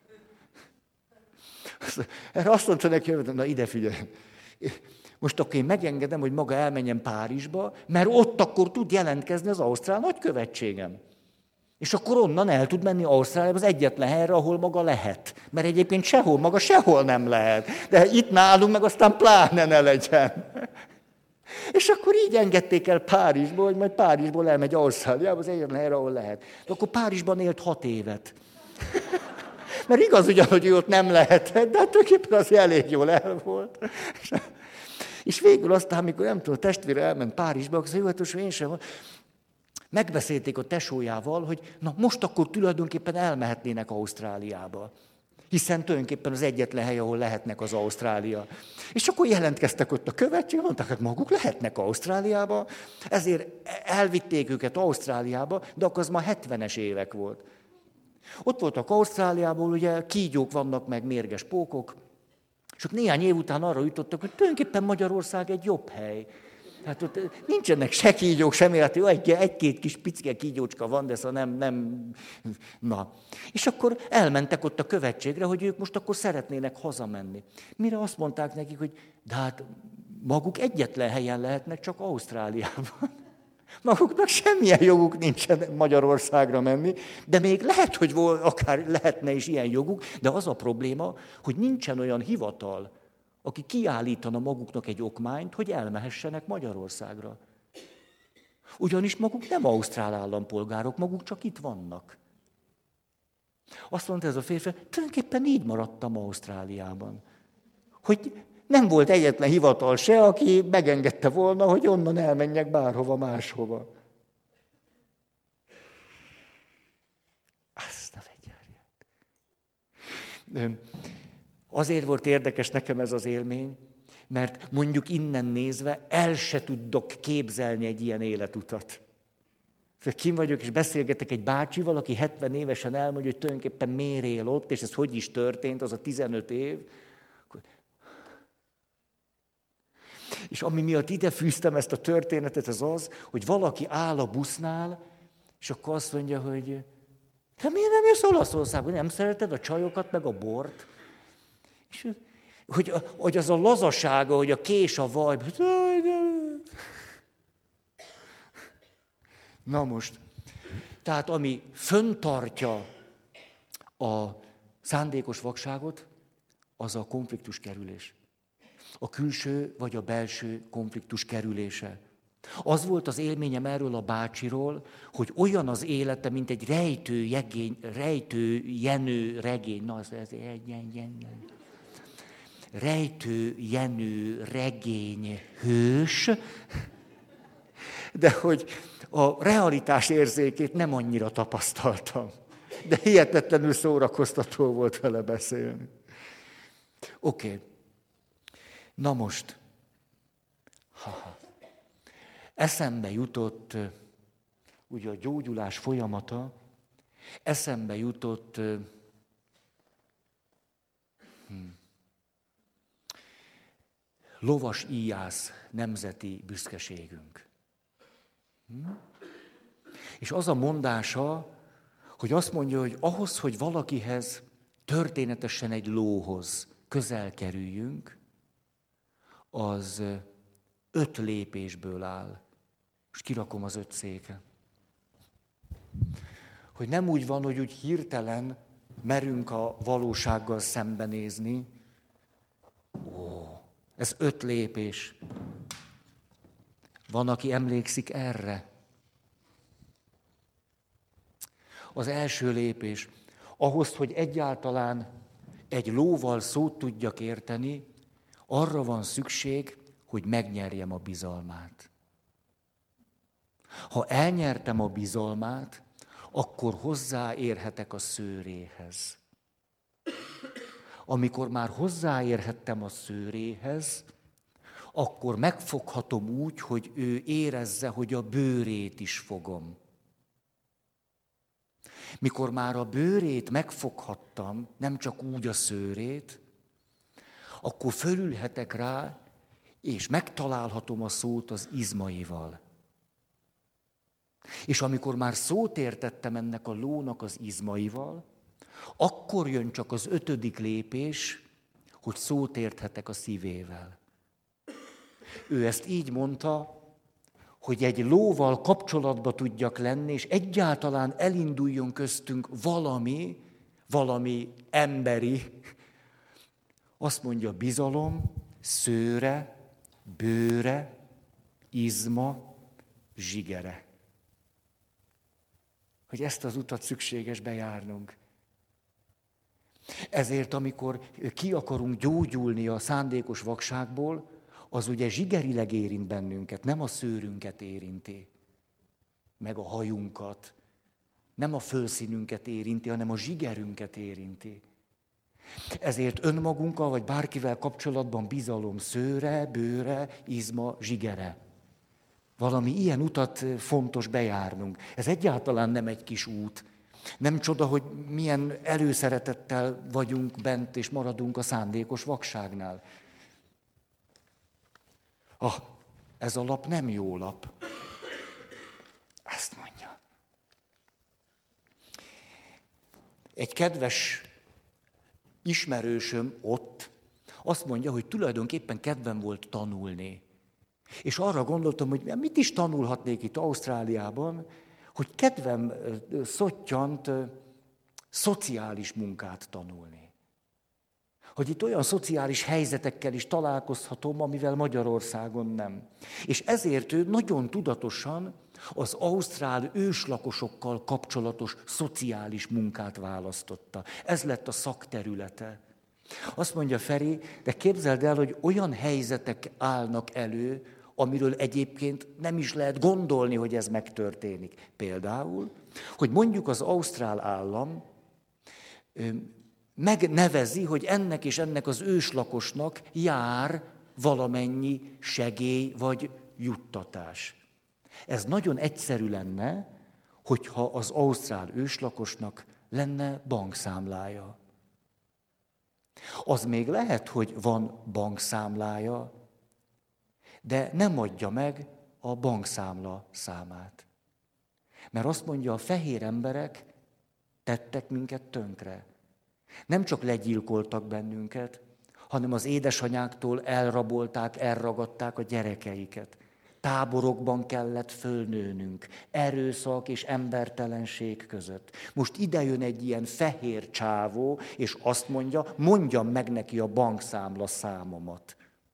Erre azt mondta neki, hogy na ide figyelj, most akkor én megengedem, hogy maga elmenjen Párizsba, mert ott akkor tud jelentkezni az ausztrál nagykövetségem. És akkor onnan el tud menni Ausztráliába, az egyetlen helyre, ahol maga lehet. Mert egyébként sehol nem lehet. De itt nálunk meg aztán pláne ne legyen. És akkor így engedték el Párizsba, hogy majd Párizsból elmegy Ausztráliába, az egyetlen helyre, ahol lehet. De akkor Párizsban élt 6 évet. Mert igaz ugyan, hogy ő ott nem lehetett, de hát tulajdonképpen az elég jól el volt. És végül aztán, amikor nem tudom, a testvére elment Párizsba, akkor az én sem volt. Megbeszélték a tesójával, hogy na most akkor tulajdonképpen elmehetnének Ausztráliába. Hiszen tulajdonképpen az egyetlen hely, ahol lehetnek, az Ausztrália. És akkor jelentkeztek ott a követség, mondták, hogy maguk lehetnek Ausztráliába, ezért elvitték őket Ausztráliába, de akkor az már 70-es évek volt. Ott voltak Ausztráliából, ugye kígyók vannak, meg mérges pókok, és ott néhány év után arra jutottak, hogy tulajdonképpen Magyarország egy jobb hely. Hát ott nincsenek se kígyók, sem életi, egy-két kis picike kígyócska van, de szóval nem. Na. És akkor elmentek ott a követségre, hogy ők most akkor szeretnének hazamenni. Mire azt mondták nekik, hogy de hát maguk egyetlen helyen lehetnek, csak Ausztráliában. Maguknak semmilyen joguk nincsen Magyarországra menni, de még lehet, hogy akár lehetne is ilyen joguk, de az a probléma, hogy nincsen olyan hivatal, aki kiállítana maguknak egy okmányt, hogy elmehessenek Magyarországra. Ugyanis maguk nem ausztrál állampolgárok, maguk csak itt vannak. Azt mondta ez a férfi, tulajdonképpen így maradtam Ausztráliában. Hogy nem volt egyetlen hivatal se, aki megengedte volna, hogy onnan elmenjek bárhova máshova. Azt a fegyverjét. Azért volt érdekes nekem ez az élmény, Mert mondjuk innen nézve el se tudok képzelni egy ilyen életutat. Kim vagyok, és beszélgetek egy bácsival, aki 70 évesen elmondja, hogy tulajdonképpen miért él ott, és ez hogy is történt, az a 15 év. És ami miatt ide fűztem ezt a történetet, az az, hogy valaki áll a busznál, és akkor azt mondja, hogy te miért nem jössz Olaszországba? Nem szereted a csajokat, meg a bort? És hogy az a lazasága, hogy a kés a vaj. Na most, tehát ami föntartja a szándékos vakságot, az a konfliktus kerülés. A külső vagy a belső konfliktus kerülése. Az volt az élményem erről a bácsiról, hogy olyan az élete, mint egy rejtőjenő regény. Na, rejtőjenő regény hős, de hogy a realitás érzékét nem annyira tapasztaltam. De hihetetlenül szórakoztató volt vele beszélni. Oké. Na most, eszembe jutott, ugye a gyógyulás folyamata, eszembe jutott Lovas Íjász nemzeti büszkeségünk. És az a mondása, hogy azt mondja, hogy ahhoz, hogy valakihez, történetesen egy lóhoz közel kerüljünk, az 5 lépésből áll. Most kirakom az 5 széket. Hogy nem úgy van, hogy úgy hirtelen merünk a valósággal szembenézni. Ez 5 lépés. Van, aki emlékszik erre? Az első lépés. Ahhoz, hogy egyáltalán egy lóval szót tudjak érteni, arra van szükség, hogy megnyerjem a bizalmát. Ha elnyertem a bizalmát, akkor hozzáérhetek a szőréhez. Amikor már hozzáérhettem a szőréhez, akkor megfoghatom úgy, hogy ő érezze, hogy a bőrét is fogom. Mikor már a bőrét megfoghattam, nem csak úgy a szőrét, akkor fölülhetek rá, és megtalálhatom a szót az izmaival. És amikor már szót értettem ennek a lónak az izmaival, akkor jön csak az 5. lépés, hogy szót érthetek a szívével. Ő ezt így mondta, hogy egy lóval kapcsolatba tudjak lenni, és egyáltalán elinduljon köztünk valami emberi, azt mondja, bizalom, szőre, bőre, izma, zsigere. Hogy ezt az utat szükséges bejárnunk. Ezért, amikor ki akarunk gyógyulni a szándékos vakságból, az ugye zsigerileg érint bennünket, nem a szőrünket érinti, meg a hajunkat, nem a fölszínünket érinti, hanem a zsigerünket érinti. Ezért önmagunkkal, vagy bárkivel kapcsolatban bizalom, szőre, bőre, izma, zsigere. Valami ilyen utat fontos bejárnunk. Ez egyáltalán nem egy kis út. Nem csoda, hogy milyen előszeretettel vagyunk bent, és maradunk a szándékos vakságnál. Ez a lap nem jó lap. Ezt mondja. Egy kedves ismerősöm ott azt mondja, hogy tulajdonképpen kedvem volt tanulni. És arra gondoltam, hogy mit is tanulhatnék itt Ausztráliában, hogy kedvem szottyant szociális munkát tanulni. Hogy itt olyan szociális helyzetekkel is találkozhatom, amivel Magyarországon nem. És ezért ő nagyon tudatosan az ausztrál őslakosokkal kapcsolatos szociális munkát választotta. Ez lett a szakterülete. Azt mondja Feri, de képzeld el, hogy olyan helyzetek állnak elő, amiről egyébként nem is lehet gondolni, hogy ez megtörténik. Például, hogy mondjuk az ausztrál állam megnevezi, hogy ennek és ennek az őslakosnak jár valamennyi segély vagy juttatás. Ez nagyon egyszerű lenne, hogyha az ausztrál őslakosnak lenne bankszámlája. Az még lehet, hogy van bankszámlája, de nem adja meg a bankszámla számát. Mert azt mondja, a fehér emberek tettek minket tönkre. Nem csak legyilkoltak bennünket, hanem az édesanyáktól elrabolták, elragadták a gyerekeiket. Táborokban kellett fölnőnünk, erőszak és embertelenség között. Most ide jön egy ilyen fehér csávó, és azt mondja, mondjam meg neki a bankszámla számomat.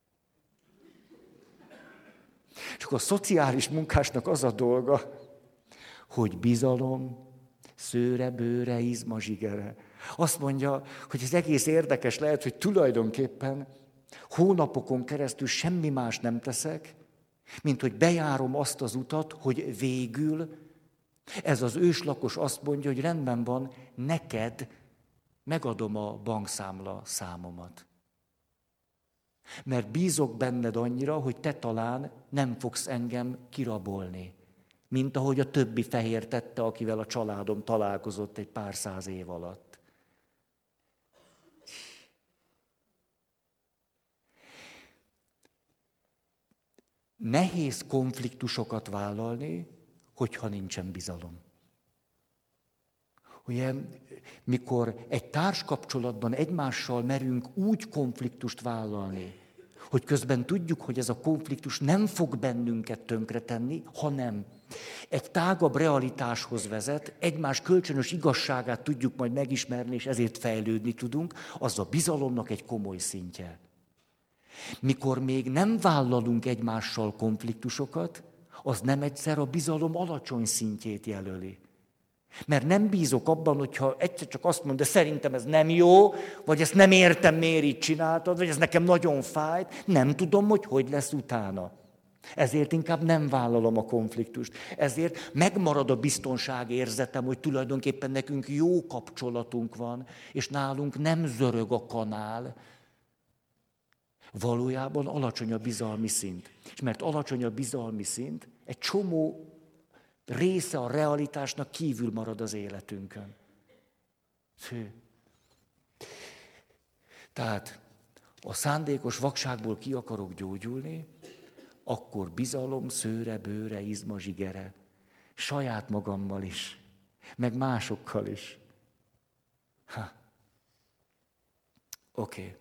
Csak a szociális munkásnak az a dolga, hogy bizalom, szőre, bőre, izma, zsigere. Azt mondja, hogy ez egész érdekes lehet, hogy tulajdonképpen hónapokon keresztül semmi más nem teszek, mint hogy bejárom azt az utat, hogy végül ez az őslakos azt mondja, hogy rendben van, neked megadom a bankszámla számomat. Mert bízok benned annyira, hogy te talán nem fogsz engem kirabolni, mint ahogy a többi fehér tette, akivel a családom találkozott egy pár száz év alatt. Nehéz konfliktusokat vállalni, hogyha nincsen bizalom. Ugye, mikor egy társkapcsolatban egymással merünk úgy konfliktust vállalni, hogy közben tudjuk, hogy ez a konfliktus nem fog bennünket tönkretenni, hanem egy tágabb realitáshoz vezet, egymás kölcsönös igazságát tudjuk majd megismerni, és ezért fejlődni tudunk, az a bizalomnak egy komoly szintje. Mikor még nem vállalunk egymással konfliktusokat, az nem egyszer a bizalom alacsony szintjét jelöli. Mert nem bízok abban, hogyha egyszer csak azt mondom, de szerintem ez nem jó, vagy ezt nem értem, miért így csináltad, vagy ez nekem nagyon fájt, nem tudom, hogy lesz utána. Ezért inkább nem vállalom a konfliktust. Ezért megmarad a biztonságérzetem, hogy tulajdonképpen nekünk jó kapcsolatunk van, és nálunk nem zörög a kanál. Valójában alacsony a bizalmi szint. És mert alacsony a bizalmi szint, egy csomó része a realitásnak kívül marad az életünkön. Tehát a szándékos vakságból ki akarok gyógyulni, akkor bizalom, szőre, bőre, izma, zsigere. Saját magammal is, meg másokkal is. Oké.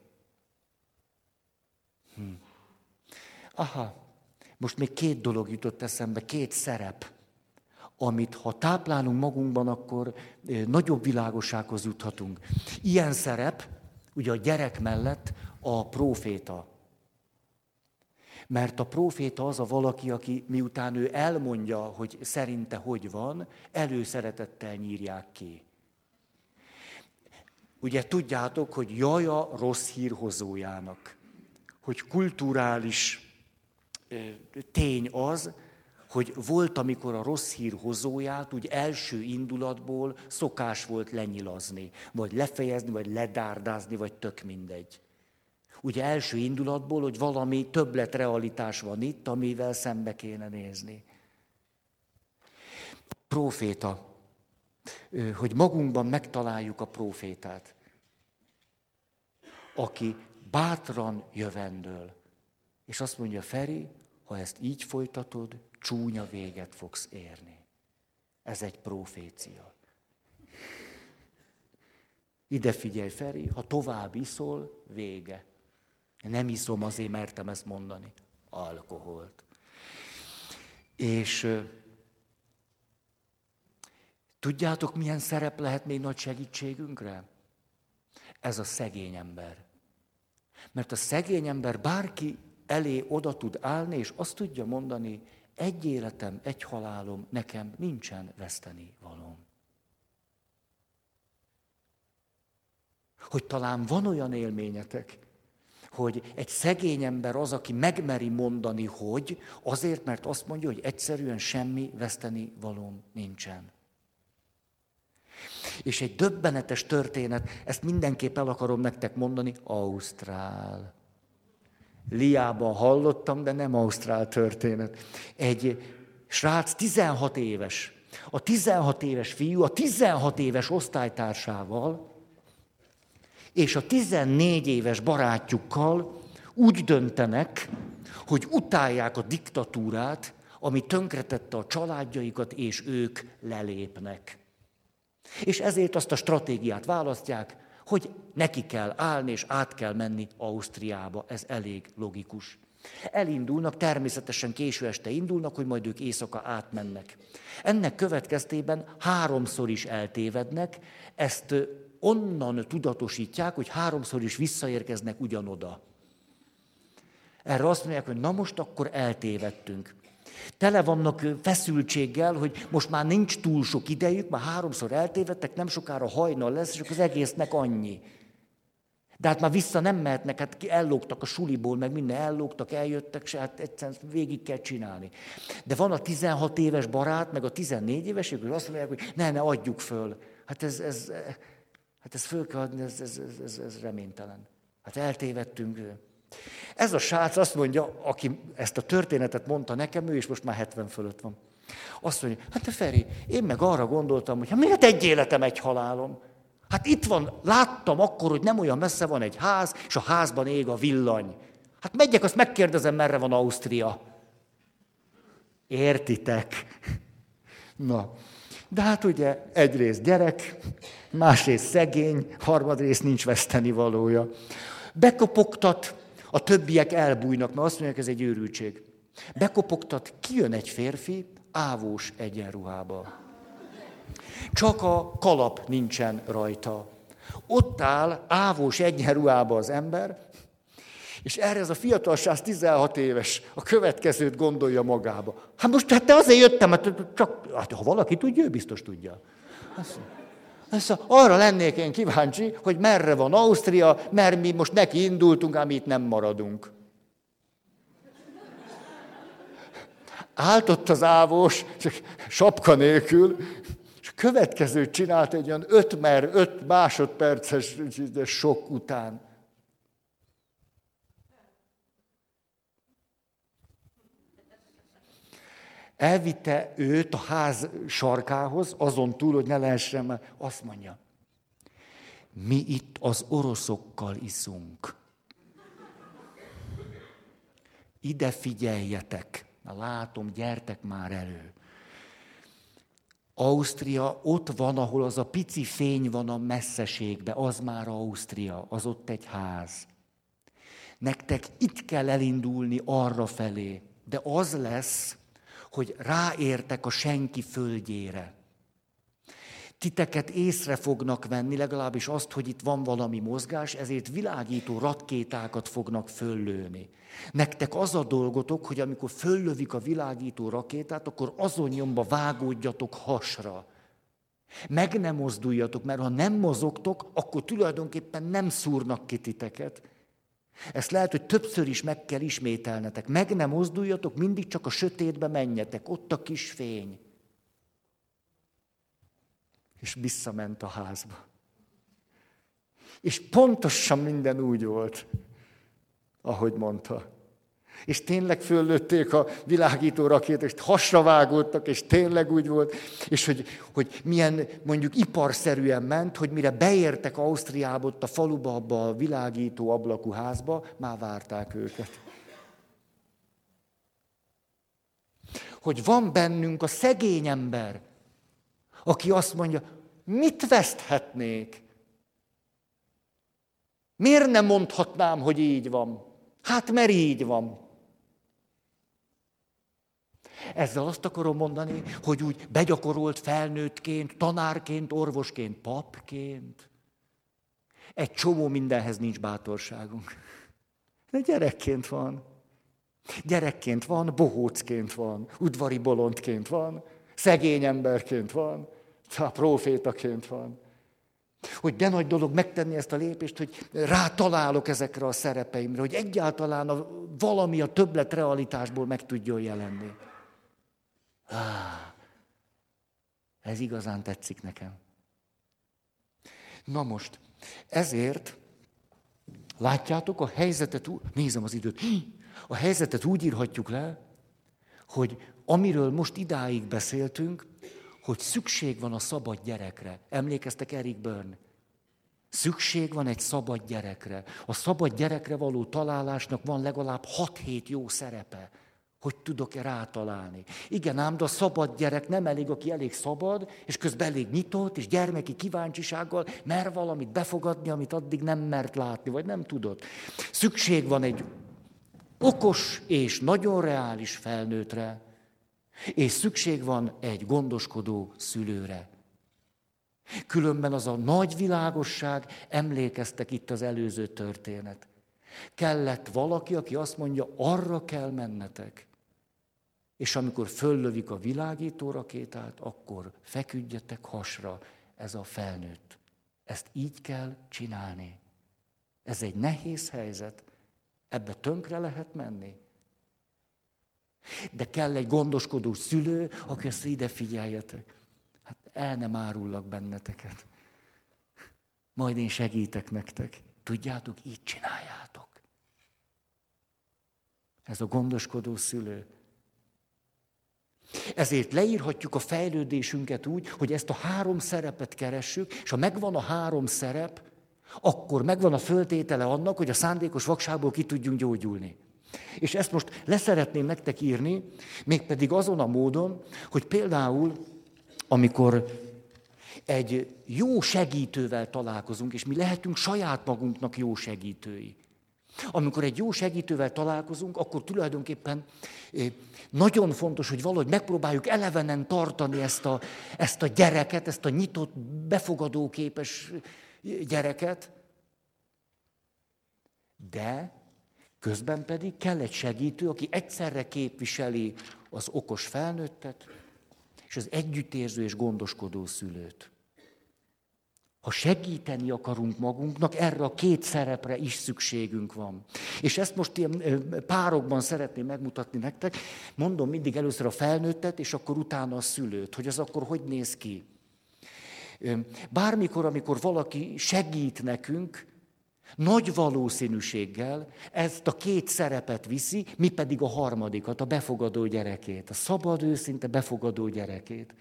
Most még 2 dolog jutott eszembe, 2 szerep, amit ha táplálunk magunkban, akkor nagyobb világossághoz juthatunk. Ilyen szerep, ugye a gyerek mellett a próféta. Mert a próféta az a valaki, aki miután ő elmondja, hogy szerinte hogy van, előszeretettel nyírják ki. Ugye tudjátok, hogy jaj a rossz hírhozójának, hogy kulturális tény az, hogy volt, amikor a rossz hír hozóját úgy első indulatból szokás volt lenyilazni, vagy lefejezni, vagy ledárdázni, vagy tök mindegy. Ugye első indulatból, hogy valami többletrealitás van itt, amivel szembe kéne nézni. Próféta. Hogy magunkban megtaláljuk a prófétát, aki bátran jövendől. És azt mondja, Feri, ha ezt így folytatod, csúnya véget fogsz érni. Ez egy profécia. Ide figyelj, Feri, ha tovább iszol, vége. Nem iszom, azért mertem ezt mondani. Alkoholt. És tudjátok, milyen szerep lehet még nagy segítségünkre? Ez a szegény ember. Mert a szegény ember bárki elé oda tud állni, és azt tudja mondani, egy életem, egy halálom, nekem nincsen veszteni valóm. Hogy talán van olyan élményetek, hogy egy szegény ember az, aki megmeri mondani, hogy azért, mert azt mondja, hogy egyszerűen semmi veszteni valóm nincsen. És egy döbbenetes történet, ezt mindenképp el akarom nektek mondani, Ausztrál. Liában hallottam, de nem ausztrál történet. Egy srác 16 éves. A 16 éves fiú a 16 éves osztálytársával és a 14 éves barátjukkal úgy döntenek, hogy utálják a diktatúrát, ami tönkretette a családjaikat, és ők lelépnek. És ezért azt a stratégiát választják, hogy neki kell állni, és át kell menni Ausztriába. Ez elég logikus. Elindulnak, természetesen késő este indulnak, hogy majd ők éjszaka átmennek. Ennek következtében 3-szor is eltévednek, ezt onnan tudatosítják, hogy 3-szor is visszaérkeznek ugyanoda. Erre azt mondják, hogy na most akkor eltévedtünk. Tele vannak feszültséggel, hogy most már nincs túl sok idejük, már 3-szor eltévedtek, nem sokára hajnal lesz, és akkor az egésznek annyi. De hát már vissza nem mehetnek, hát ellógtak a suliból, meg minden ellógtak, eljöttek, és hát egyszerűen végig kell csinálni. De van a 16 éves barát, meg a 14 éves, és azt mondják, hogy ne adjuk föl. Hát ez föl kell adni, ez reménytelen. Hát eltévedtünk. Ez a srác azt mondja, aki ezt a történetet mondta nekem, ő is most már 70 fölött van. Azt mondja, hát te Feri, én meg arra gondoltam, hogy miért egy életem, egy halálom? Hát itt van, láttam akkor, hogy nem olyan messze van egy ház, és a házban ég a villany. Hát megyek, azt megkérdezem, merre van Ausztria. Értitek? Na, de hát ugye egyrészt gyerek, másrészt szegény, harmadrészt nincs vesztenivalója. Bekopogtat, a többiek elbújnak, mert azt mondják, ez egy őrültség. Bekopogtat, kijön egy férfi, ávós egyenruhába. Csak a kalap nincsen rajta. Ott áll ávós egyenruhába az ember, és erre ez a fiatal srác 16 éves, a következőt gondolja magába. Hát most hát te azért jöttem, hát ha valaki tudja, ő biztos tudja. Arra lennék én kíváncsi, hogy merre van Ausztria, mert mi most neki indultunk, ám itt nem maradunk. Állt ott az ávós, csak sapka nélkül, és a következőt csinált egy olyan 5 másodperces sok után. Elvitte őt a ház sarkához, azon túl, hogy ne lehessen, mert azt mondja, mi itt az oroszokkal iszunk. Ide figyeljetek, na látom, gyertek már elő. Ausztria ott van, ahol az a pici fény van a messzeségben, az már Ausztria, az ott egy ház. Nektek itt kell elindulni arra felé, de az lesz, hogy ráértek a senki földjére. Titeket észre fognak venni, legalábbis azt, hogy itt van valami mozgás, ezért világító rakétákat fognak föllőni. Nektek az a dolgotok, hogy amikor föllövik a világító rakétát, akkor azon nyomba vágódjatok hasra. Meg nem mozduljatok, mert ha nem mozogtok, akkor tulajdonképpen nem szúrnak ki titeket. Ezt lehet, hogy többször is meg kell ismételnetek. Meg nem mozduljatok, mindig csak a sötétbe menjetek. Ott a kis fény. És visszament a házba. És pontosan minden úgy volt, ahogy mondta. És tényleg föllőtték a világító rakétát, és hasra vágódtak, és tényleg úgy volt, és hogy milyen mondjuk iparszerűen ment, hogy mire beértek Ausztriába, ott a faluba, abba a világító ablakú házba, már várták őket. Hogy van bennünk a szegény ember, aki azt mondja, mit veszthetnék? Miért nem mondhatnám, hogy így van? Hát, mert így van. Ezzel azt akarom mondani, hogy úgy begyakorolt felnőttként, tanárként, orvosként, papként. Egy csomó mindenhez nincs bátorságunk. De gyerekként van. Gyerekként van, bohócként van, udvari bolondként van, szegény emberként van, prófétaként van. Hogy de nagy dolog megtenni ezt a lépést, hogy rátalálok ezekre a szerepeimre, hogy egyáltalán valami a többlet realitásból meg tudjon jelenni. Ez igazán tetszik nekem. Na most, ezért Látjátok, a helyzetet, nézem az időt, a helyzetet úgy írhatjuk le, hogy amiről most idáig beszéltünk, hogy szükség van a szabad gyerekre. Emlékeztek Eric Berne? Szükség van egy szabad gyerekre. A szabad gyerekre való találásnak van legalább 6-7 jó szerepe, hogy tudok-e rátalálni. Igen ám, de a szabad gyerek nem elég, aki elég szabad, és közben elég nyitott, és gyermeki kíváncsisággal mer valamit befogadni, amit addig nem mert látni, vagy nem tudott. Szükség van egy okos és nagyon reális felnőttre, és szükség van egy gondoskodó szülőre. Különben az a nagy világosság, emlékeztek itt az előző történet. Kellett valaki, aki azt mondja, arra kell mennetek. És amikor föllövik a világító rakétát, akkor feküdjetek hasra, ez a felnőtt. Ezt így kell csinálni. Ez egy nehéz helyzet, ebbe tönkre lehet menni. De kell egy gondoskodó szülő, aki azt ide figyeljetek. Hát el nem árullak benneteket. Majd én segítek nektek. Tudjátok, így csináljátok. Ez a gondoskodó szülő. Ezért leírhatjuk a fejlődésünket úgy, hogy ezt a 3 szerepet keressük, és ha megvan a 3 szerep, akkor megvan a föltétele annak, hogy a szándékos vakságból ki tudjunk gyógyulni. És ezt most leszeretném nektek írni, mégpedig azon a módon, hogy például, amikor egy jó segítővel találkozunk, és mi lehetünk saját magunknak jó segítői. Amikor egy jó segítővel találkozunk, akkor tulajdonképpen nagyon fontos, hogy valahogy megpróbáljuk elevenen tartani ezt a gyereket, ezt a nyitott, befogadóképes gyereket, de közben pedig kell egy segítő, aki egyszerre képviseli az okos felnőttet, és az együttérző és gondoskodó szülőt. Ha segíteni akarunk magunknak, erre a 2 szerepre is szükségünk van. És ezt most ilyen párokban szeretném megmutatni nektek. Mondom mindig először a felnőttet, és akkor utána a szülőt, hogy az akkor hogy néz ki. Bármikor, amikor valaki segít nekünk, nagy valószínűséggel ezt a 2 szerepet viszi, mi pedig a harmadikat, a befogadó gyerekét, a szabad, őszinte befogadó gyerekét.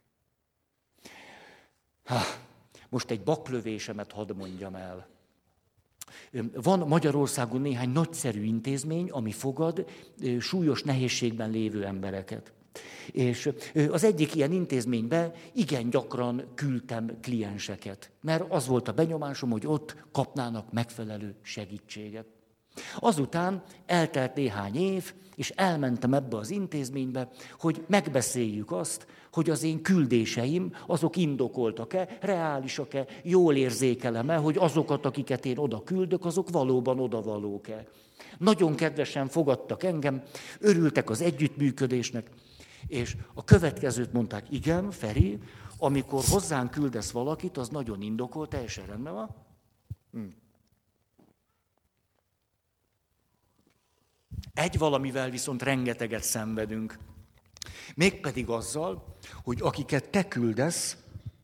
Most egy baklövésemet hadd mondjam el. Van Magyarországon néhány nagyszerű intézmény, ami fogad súlyos nehézségben lévő embereket. És az egyik ilyen intézménybe igen gyakran küldtem klienseket, mert az volt a benyomásom, hogy ott kapnának megfelelő segítséget. Azután eltelt néhány év, és elmentem ebbe az intézménybe, hogy megbeszéljük azt, hogy az én küldéseim, azok indokoltak-e, reálisak-e, jól érzékelem-e, hogy azokat, akiket én oda küldök, azok valóban odavalók-e. Nagyon kedvesen fogadtak engem, örültek az együttműködésnek, és a következőt mondták, igen, Feri, amikor hozzánk küldesz valakit, az nagyon indokolt, teljesen rendben van. Egy valamivel viszont rengeteget szenvedünk. Mégpedig azzal, hogy akiket te küldesz,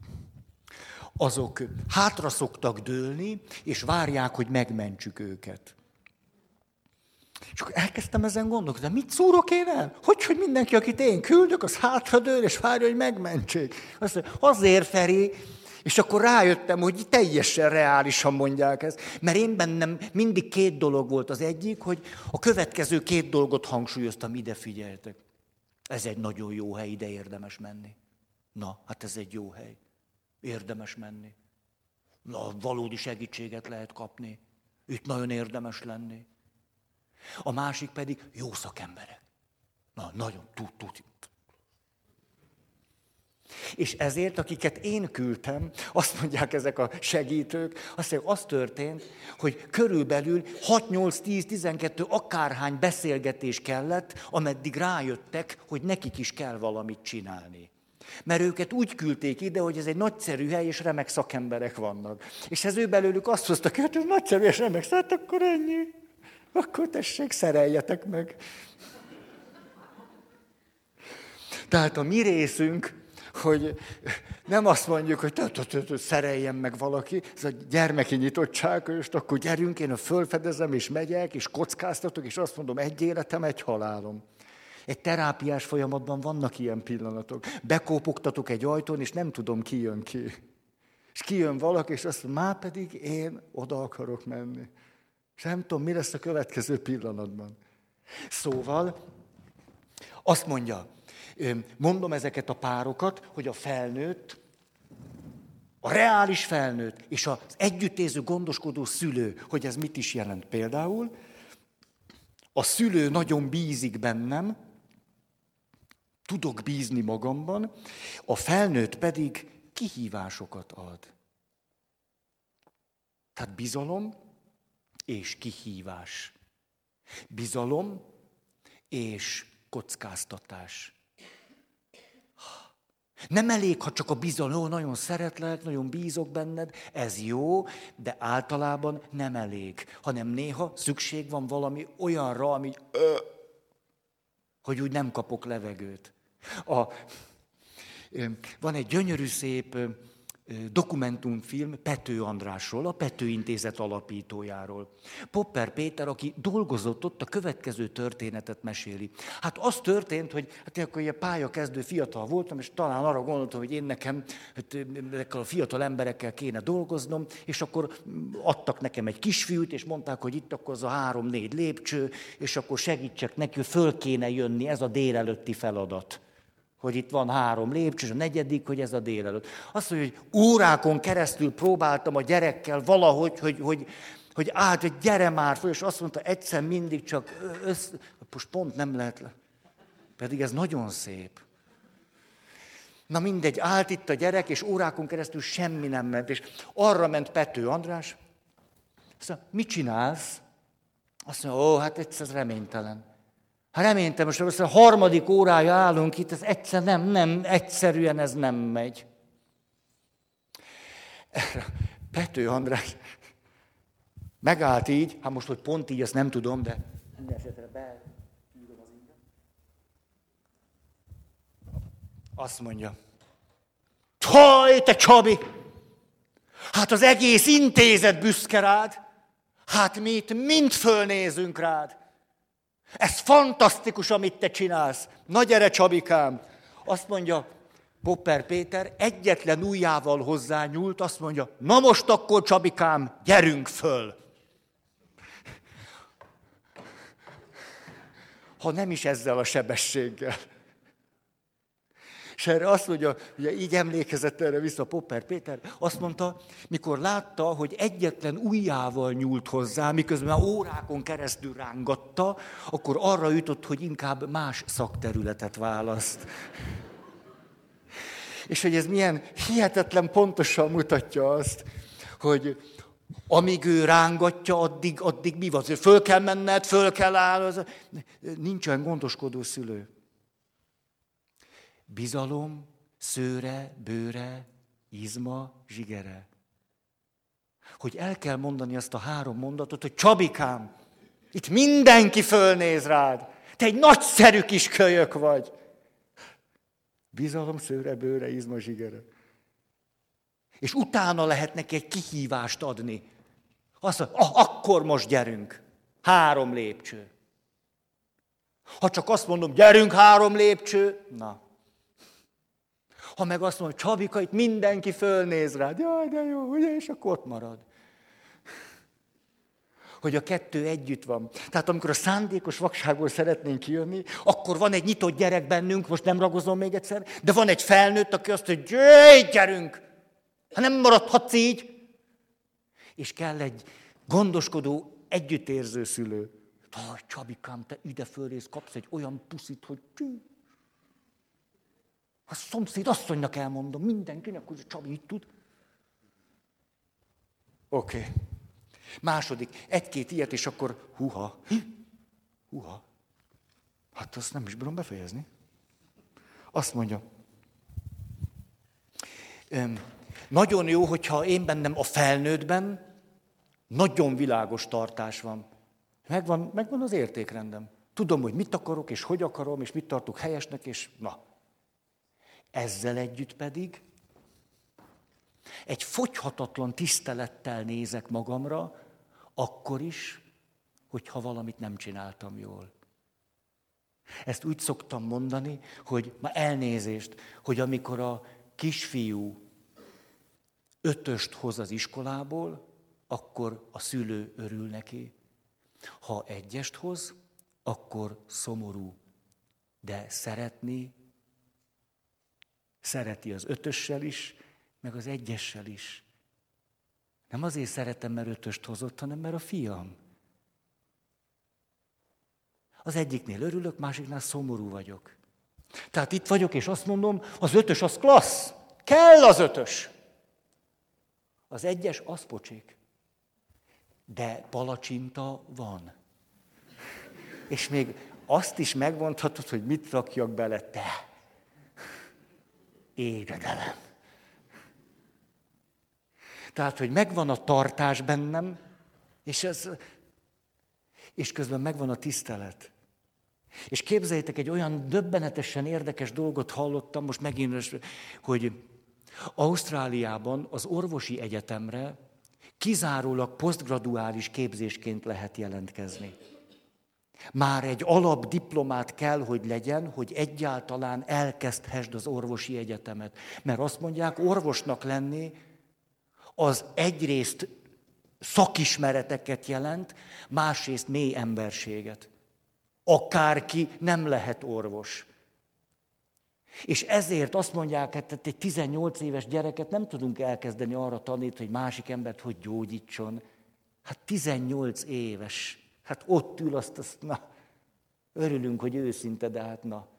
azok hátra szoktak dőlni, és várják, hogy megmentsük őket. És akkor elkezdtem ezen gondolkodni, mit szúrok én el? Hogy mindenki, akit én küldök, az hátradől, és várja, hogy megmentsék. Azt mondja, azért, Feri, és akkor rájöttem, hogy teljesen reálisan mondják ezt. Mert én bennem mindig 2 dolog volt. Az egyik, hogy a következő 2 dolgot hangsúlyoztam, ide figyeltek. Ez egy nagyon jó hely, ide érdemes menni. Na, hát ez egy jó hely. Érdemes menni. Na, valódi segítséget lehet kapni. Itt nagyon érdemes lenni. A másik pedig jó szakemberek. Na, nagyon tud. És ezért, akiket én küldtem, azt mondják ezek a segítők, azt mondják, az történt, hogy körülbelül 6-8-10-12 akárhány beszélgetés kellett, ameddig rájöttek, hogy nekik is kell valamit csinálni. Mert őket úgy küldték ide, hogy ez egy nagyszerű hely, és remek szakemberek vannak. És ez ő belőlük azt hoztak, hát ez nagyszerű, és remek, hát akkor ennyi. Akkor tessék, szereljetek meg. Tehát a mi részünk hogy nem azt mondjuk, hogy szereljen meg valaki, ez a gyermeki nyitottság, és akkor gyerünk, én fölfedezem, és megyek, és kockáztatok, és azt mondom, egy életem, egy halálom. Egy terápiás folyamatban vannak ilyen pillanatok. Bekópogtatok egy ajtón, és nem tudom, ki jön ki. És kijön valaki, és azt mondja, már pedig én oda akarok menni. És nem tudom, mi lesz a következő pillanatban. Szóval azt mondja, mondom ezeket a párokat, hogy a felnőtt, a reális felnőtt és az együttérző, gondoskodó szülő, hogy ez mit is jelent például. A szülő nagyon bízik bennem, tudok bízni magamban, a felnőtt pedig kihívásokat ad. Tehát bizalom és kihívás. Bizalom és kockáztatás. Nem elég, ha csak a bizalom, nagyon szeretlek, nagyon bízok benned, ez jó, de általában nem elég, hanem néha szükség van valami olyanra, ami hogy úgy nem kapok levegőt. Van egy gyönyörű szép dokumentumfilm Pető Andrásról, a Pető Intézet alapítójáról. Popper Péter, aki dolgozott ott, a következő történetet meséli. Hát az történt, hogy én akkor ilyen pályakezdő fiatal voltam, és talán arra gondoltam, hogy én nekem ezekkel a fiatal emberekkel kéne dolgoznom, és akkor adtak nekem egy kisfiút, és mondták, hogy itt akkor az a 3-4 lépcső, és akkor segítsek neki, hogy föl kéne jönni, ez a délelőtti feladat. Hogy itt van 3 lépcső, és a 4., hogy ez a délelőtt. Azt mondja, hogy órákon keresztül próbáltam a gyerekkel valahogy, hogy gyere már föl, és azt mondta, egyszer mindig csak most pont nem lehet le. Pedig ez nagyon szép. Na mindegy, állt itt a gyerek, és órákon keresztül semmi nem ment. És arra ment Pető András, azt mondja, mit csinálsz? Azt mondja, hát ez reménytelen. Hát reménytem, most a 3. órája állunk itt, ez egyszer nem, egyszerűen ez nem megy. Pető András megállt így, hát most, hogy pont így, ezt nem tudom, de minden esetre beírom az ingem. Azt mondja, Haj, te Csabi! Hát az egész intézet büszke rád, hát mi itt mind fölnézünk rád. Ez fantasztikus, amit te csinálsz. Na gyere, Csabikám! Azt mondja Popper Péter, egyetlen ujjával hozzányúlt, azt mondja, na most akkor, Csabikám, gyerünk föl! Ha nem is ezzel a sebességgel. És erre azt mondja, ugye így emlékezett erre vissza Popper Péter, azt mondta, mikor látta, hogy egyetlen ujjával nyúlt hozzá, miközben már órákon keresztül rángatta, akkor arra jutott, hogy inkább más szakterületet választ. És hogy ez milyen hihetetlen pontosan mutatja azt, hogy amíg ő rángatja, addig mi van? Föl kell menned, föl kell állnod. Nincs olyan gondoskodó szülő. Bizalom, szőre, bőre, izma, zsigere. Hogy el kell mondani azt a 3 mondatot, hogy Csabikám, itt mindenki fölnéz rád. Te egy nagyszerű kis kölyök vagy. Bizalom, szőre, bőre, izma, zsigere. És utána lehet neki egy kihívást adni. Azt mondja, akkor most gyerünk. 3 lépcső. Ha csak azt mondom, gyerünk 3 lépcső, na. Ha meg azt mondom, Csabika, itt mindenki fölnéz rád. Jaj, de jó, ugye, és akkor ott marad. Hogy a 2 együtt van. Tehát amikor a szándékos vakságból szeretnénk kijönni, akkor van egy nyitott gyerek bennünk, most nem ragozom még egyszer, de van egy felnőtt, aki azt mondja, jöjj, gyerünk! Ha nem maradhatsz így. És kell egy gondoskodó, együttérző szülő. Csabikám, te ide fölrész, kapsz egy olyan puszit, hogy a szomszéd asszonynak elmondom, mindenkinek, hogy Csabi így tud. Oké. Második, 1-2 ilyet, és akkor húha. Hát azt nem is bírom befejezni. Azt mondja, nagyon jó, hogyha én bennem a felnőttben nagyon világos tartás van. Megvan az értékrendem. Tudom, hogy mit akarok, és hogy akarom, és mit tartok helyesnek, és na. Ezzel együtt pedig egy fogyhatatlan tisztelettel nézek magamra, akkor is, hogyha valamit nem csináltam jól. Ezt úgy szoktam mondani, hogy ma elnézést, hogy amikor a kisfiú 5-öst hoz az iskolából, akkor a szülő örül neki. Ha 1-est hoz, akkor szomorú, de szereti az 5-össel is, meg az 1-essel is. Nem azért szeretem, mert 5-öst hozott, hanem mert a fiam. Az egyiknél örülök, másiknál szomorú vagyok. Tehát itt vagyok, és azt mondom, az 5-ös az klassz, kell az 5-ös. Az 1-es az pocsék. De palacsinta van. És még azt is megmondhatod, hogy mit rakjak bele, te. Égedelem. Tehát, hogy megvan a tartás bennem, és közben megvan a tisztelet. És képzeljétek, egy olyan döbbenetesen érdekes dolgot hallottam, most megint, hogy Ausztráliában az orvosi egyetemre kizárólag posztgraduális képzésként lehet jelentkezni. Már egy alapdiplomát kell, hogy legyen, hogy egyáltalán elkezdhessd az orvosi egyetemet. Mert azt mondják, orvosnak lenni az egyrészt szakismereteket jelent, másrészt mély emberséget. Akárki nem lehet orvos. És ezért azt mondják, hogy egy 18 éves gyereket nem tudunk elkezdeni arra tanítani, hogy másik embert hogy gyógyítson. Hát 18 éves. Hát ott ül azt, na, örülünk, hogy őszinte, de hát na.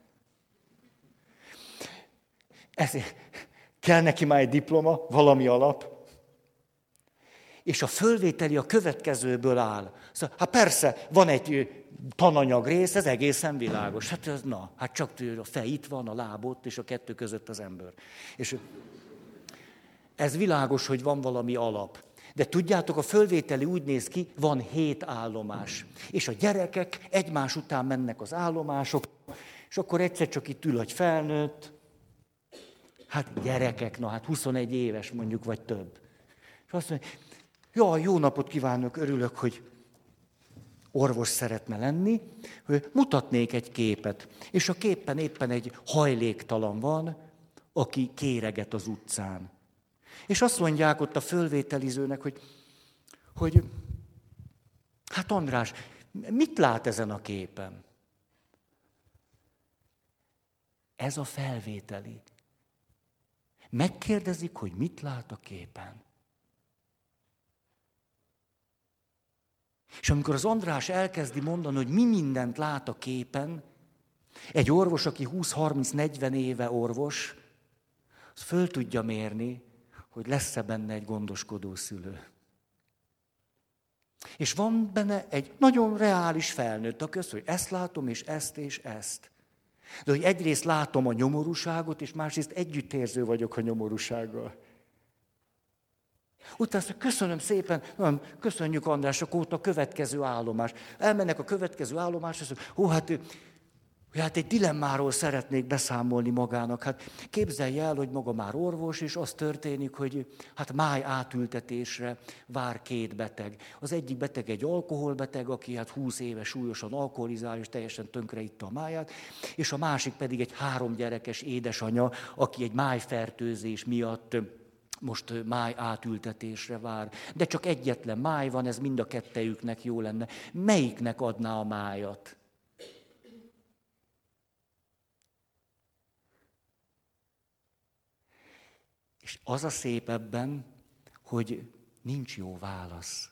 Ezért kell neki már egy diploma, valami alap. És a fölvételi a következőből áll. Szóval, hát persze, van egy tananyag rész, ez egészen világos. Hát ez, na, hát csak a fej itt van, a láb ott, és a kettő között az ember. És ez világos, hogy van valami alap. De tudjátok, a fölvételi úgy néz ki, van 7 állomás. És a gyerekek egymás után mennek az állomások, és akkor egyszer csak itt ül egy felnőtt, hát gyerekek, na hát 21 éves mondjuk, vagy több. És azt mondja, jaj, jó napot kívánok, örülök, hogy orvos szeretne lenni, hogy mutatnék egy képet. És a képen éppen egy hajléktalan van, aki kéreget az utcán. És azt mondják ott a fölvételizőnek, hogy hát András, mit lát ezen a képen? Ez a felvételi. Megkérdezik, hogy mit lát a képen. És amikor az András elkezdi mondani, hogy mi mindent lát a képen, egy orvos, aki 20-30-40 éve orvos, az föl tudja mérni, hogy lesz-e benne egy gondoskodó szülő. És van benne egy nagyon reális felnőtt, aki azt mondja, hogy ezt látom, és ezt. De hogy egyrészt látom a nyomorúságot, és másrészt együttérző vagyok a nyomorúsággal. Utána azt mondja, köszönöm szépen, köszönjük András, akkor ott a következő állomás. Elmennek a következő állomásra, és azt mondja, hát egy dilemmáról szeretnék beszámolni magának. Hát képzelje el, hogy maga már orvos, és az történik, hogy hát máj átültetésre vár 2 beteg. Az egyik beteg egy alkoholbeteg, aki hát 20 éve súlyosan alkoholizál, és teljesen tönkre itta a máját, és a másik pedig egy 3 gyerekes édesanya, aki egy májfertőzés miatt most máj átültetésre vár. De csak egyetlen máj van, ez mind a kettejüknek jó lenne. Melyiknek adná a májat? És az a szép ebben, hogy nincs jó válasz.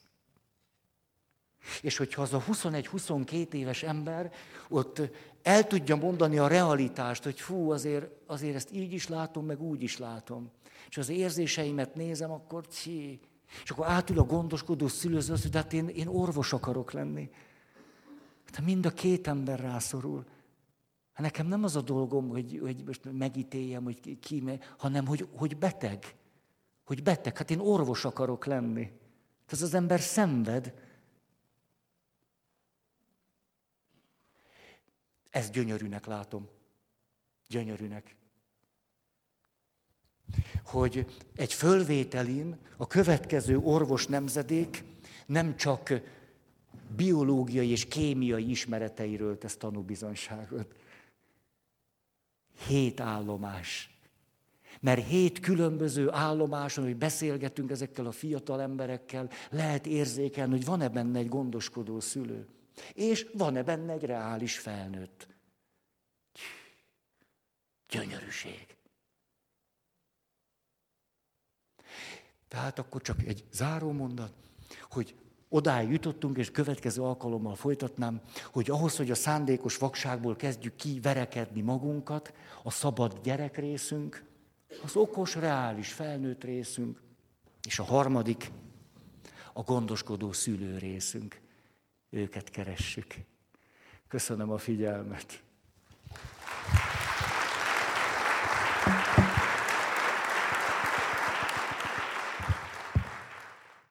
És hogyha az a 21-22 éves ember ott el tudja mondani a realitást, hogy fú, azért ezt így is látom, meg úgy is látom. És az érzéseimet nézem, akkor és akkor átül a gondoskodó szülőző, hogy hát én orvos akarok lenni. Hát mind a 2 ember rászorul. Hát nekem nem az a dolgom, hogy most megítéljem, hogy ki, hanem hogy beteg. Hogy beteg. Hát én orvos akarok lenni. Ez az ember szenved. Ezt gyönyörűnek látom. Gyönyörűnek. hogy egy fölvételin a következő orvos nemzedék nem csak biológiai és kémiai ismereteiről tesz tanúbizonyságot. 7 állomás. Mert 7 különböző állomáson, hogy beszélgetünk ezekkel a fiatal emberekkel, lehet érzékelni, hogy van-e benne egy gondoskodó szülő. És van-e benne egy reális felnőtt. Gyönyörűség. Tehát akkor csak egy zárómondat, hogy odáig jutottunk, és következő alkalommal folytatnám, hogy ahhoz, hogy a szándékos vakságból kezdjük kiverekedni magunkat, a szabad gyerek részünk, az okos, reális felnőtt részünk, és a harmadik, a gondoskodó szülő részünk. Őket keressük. Köszönöm a figyelmet.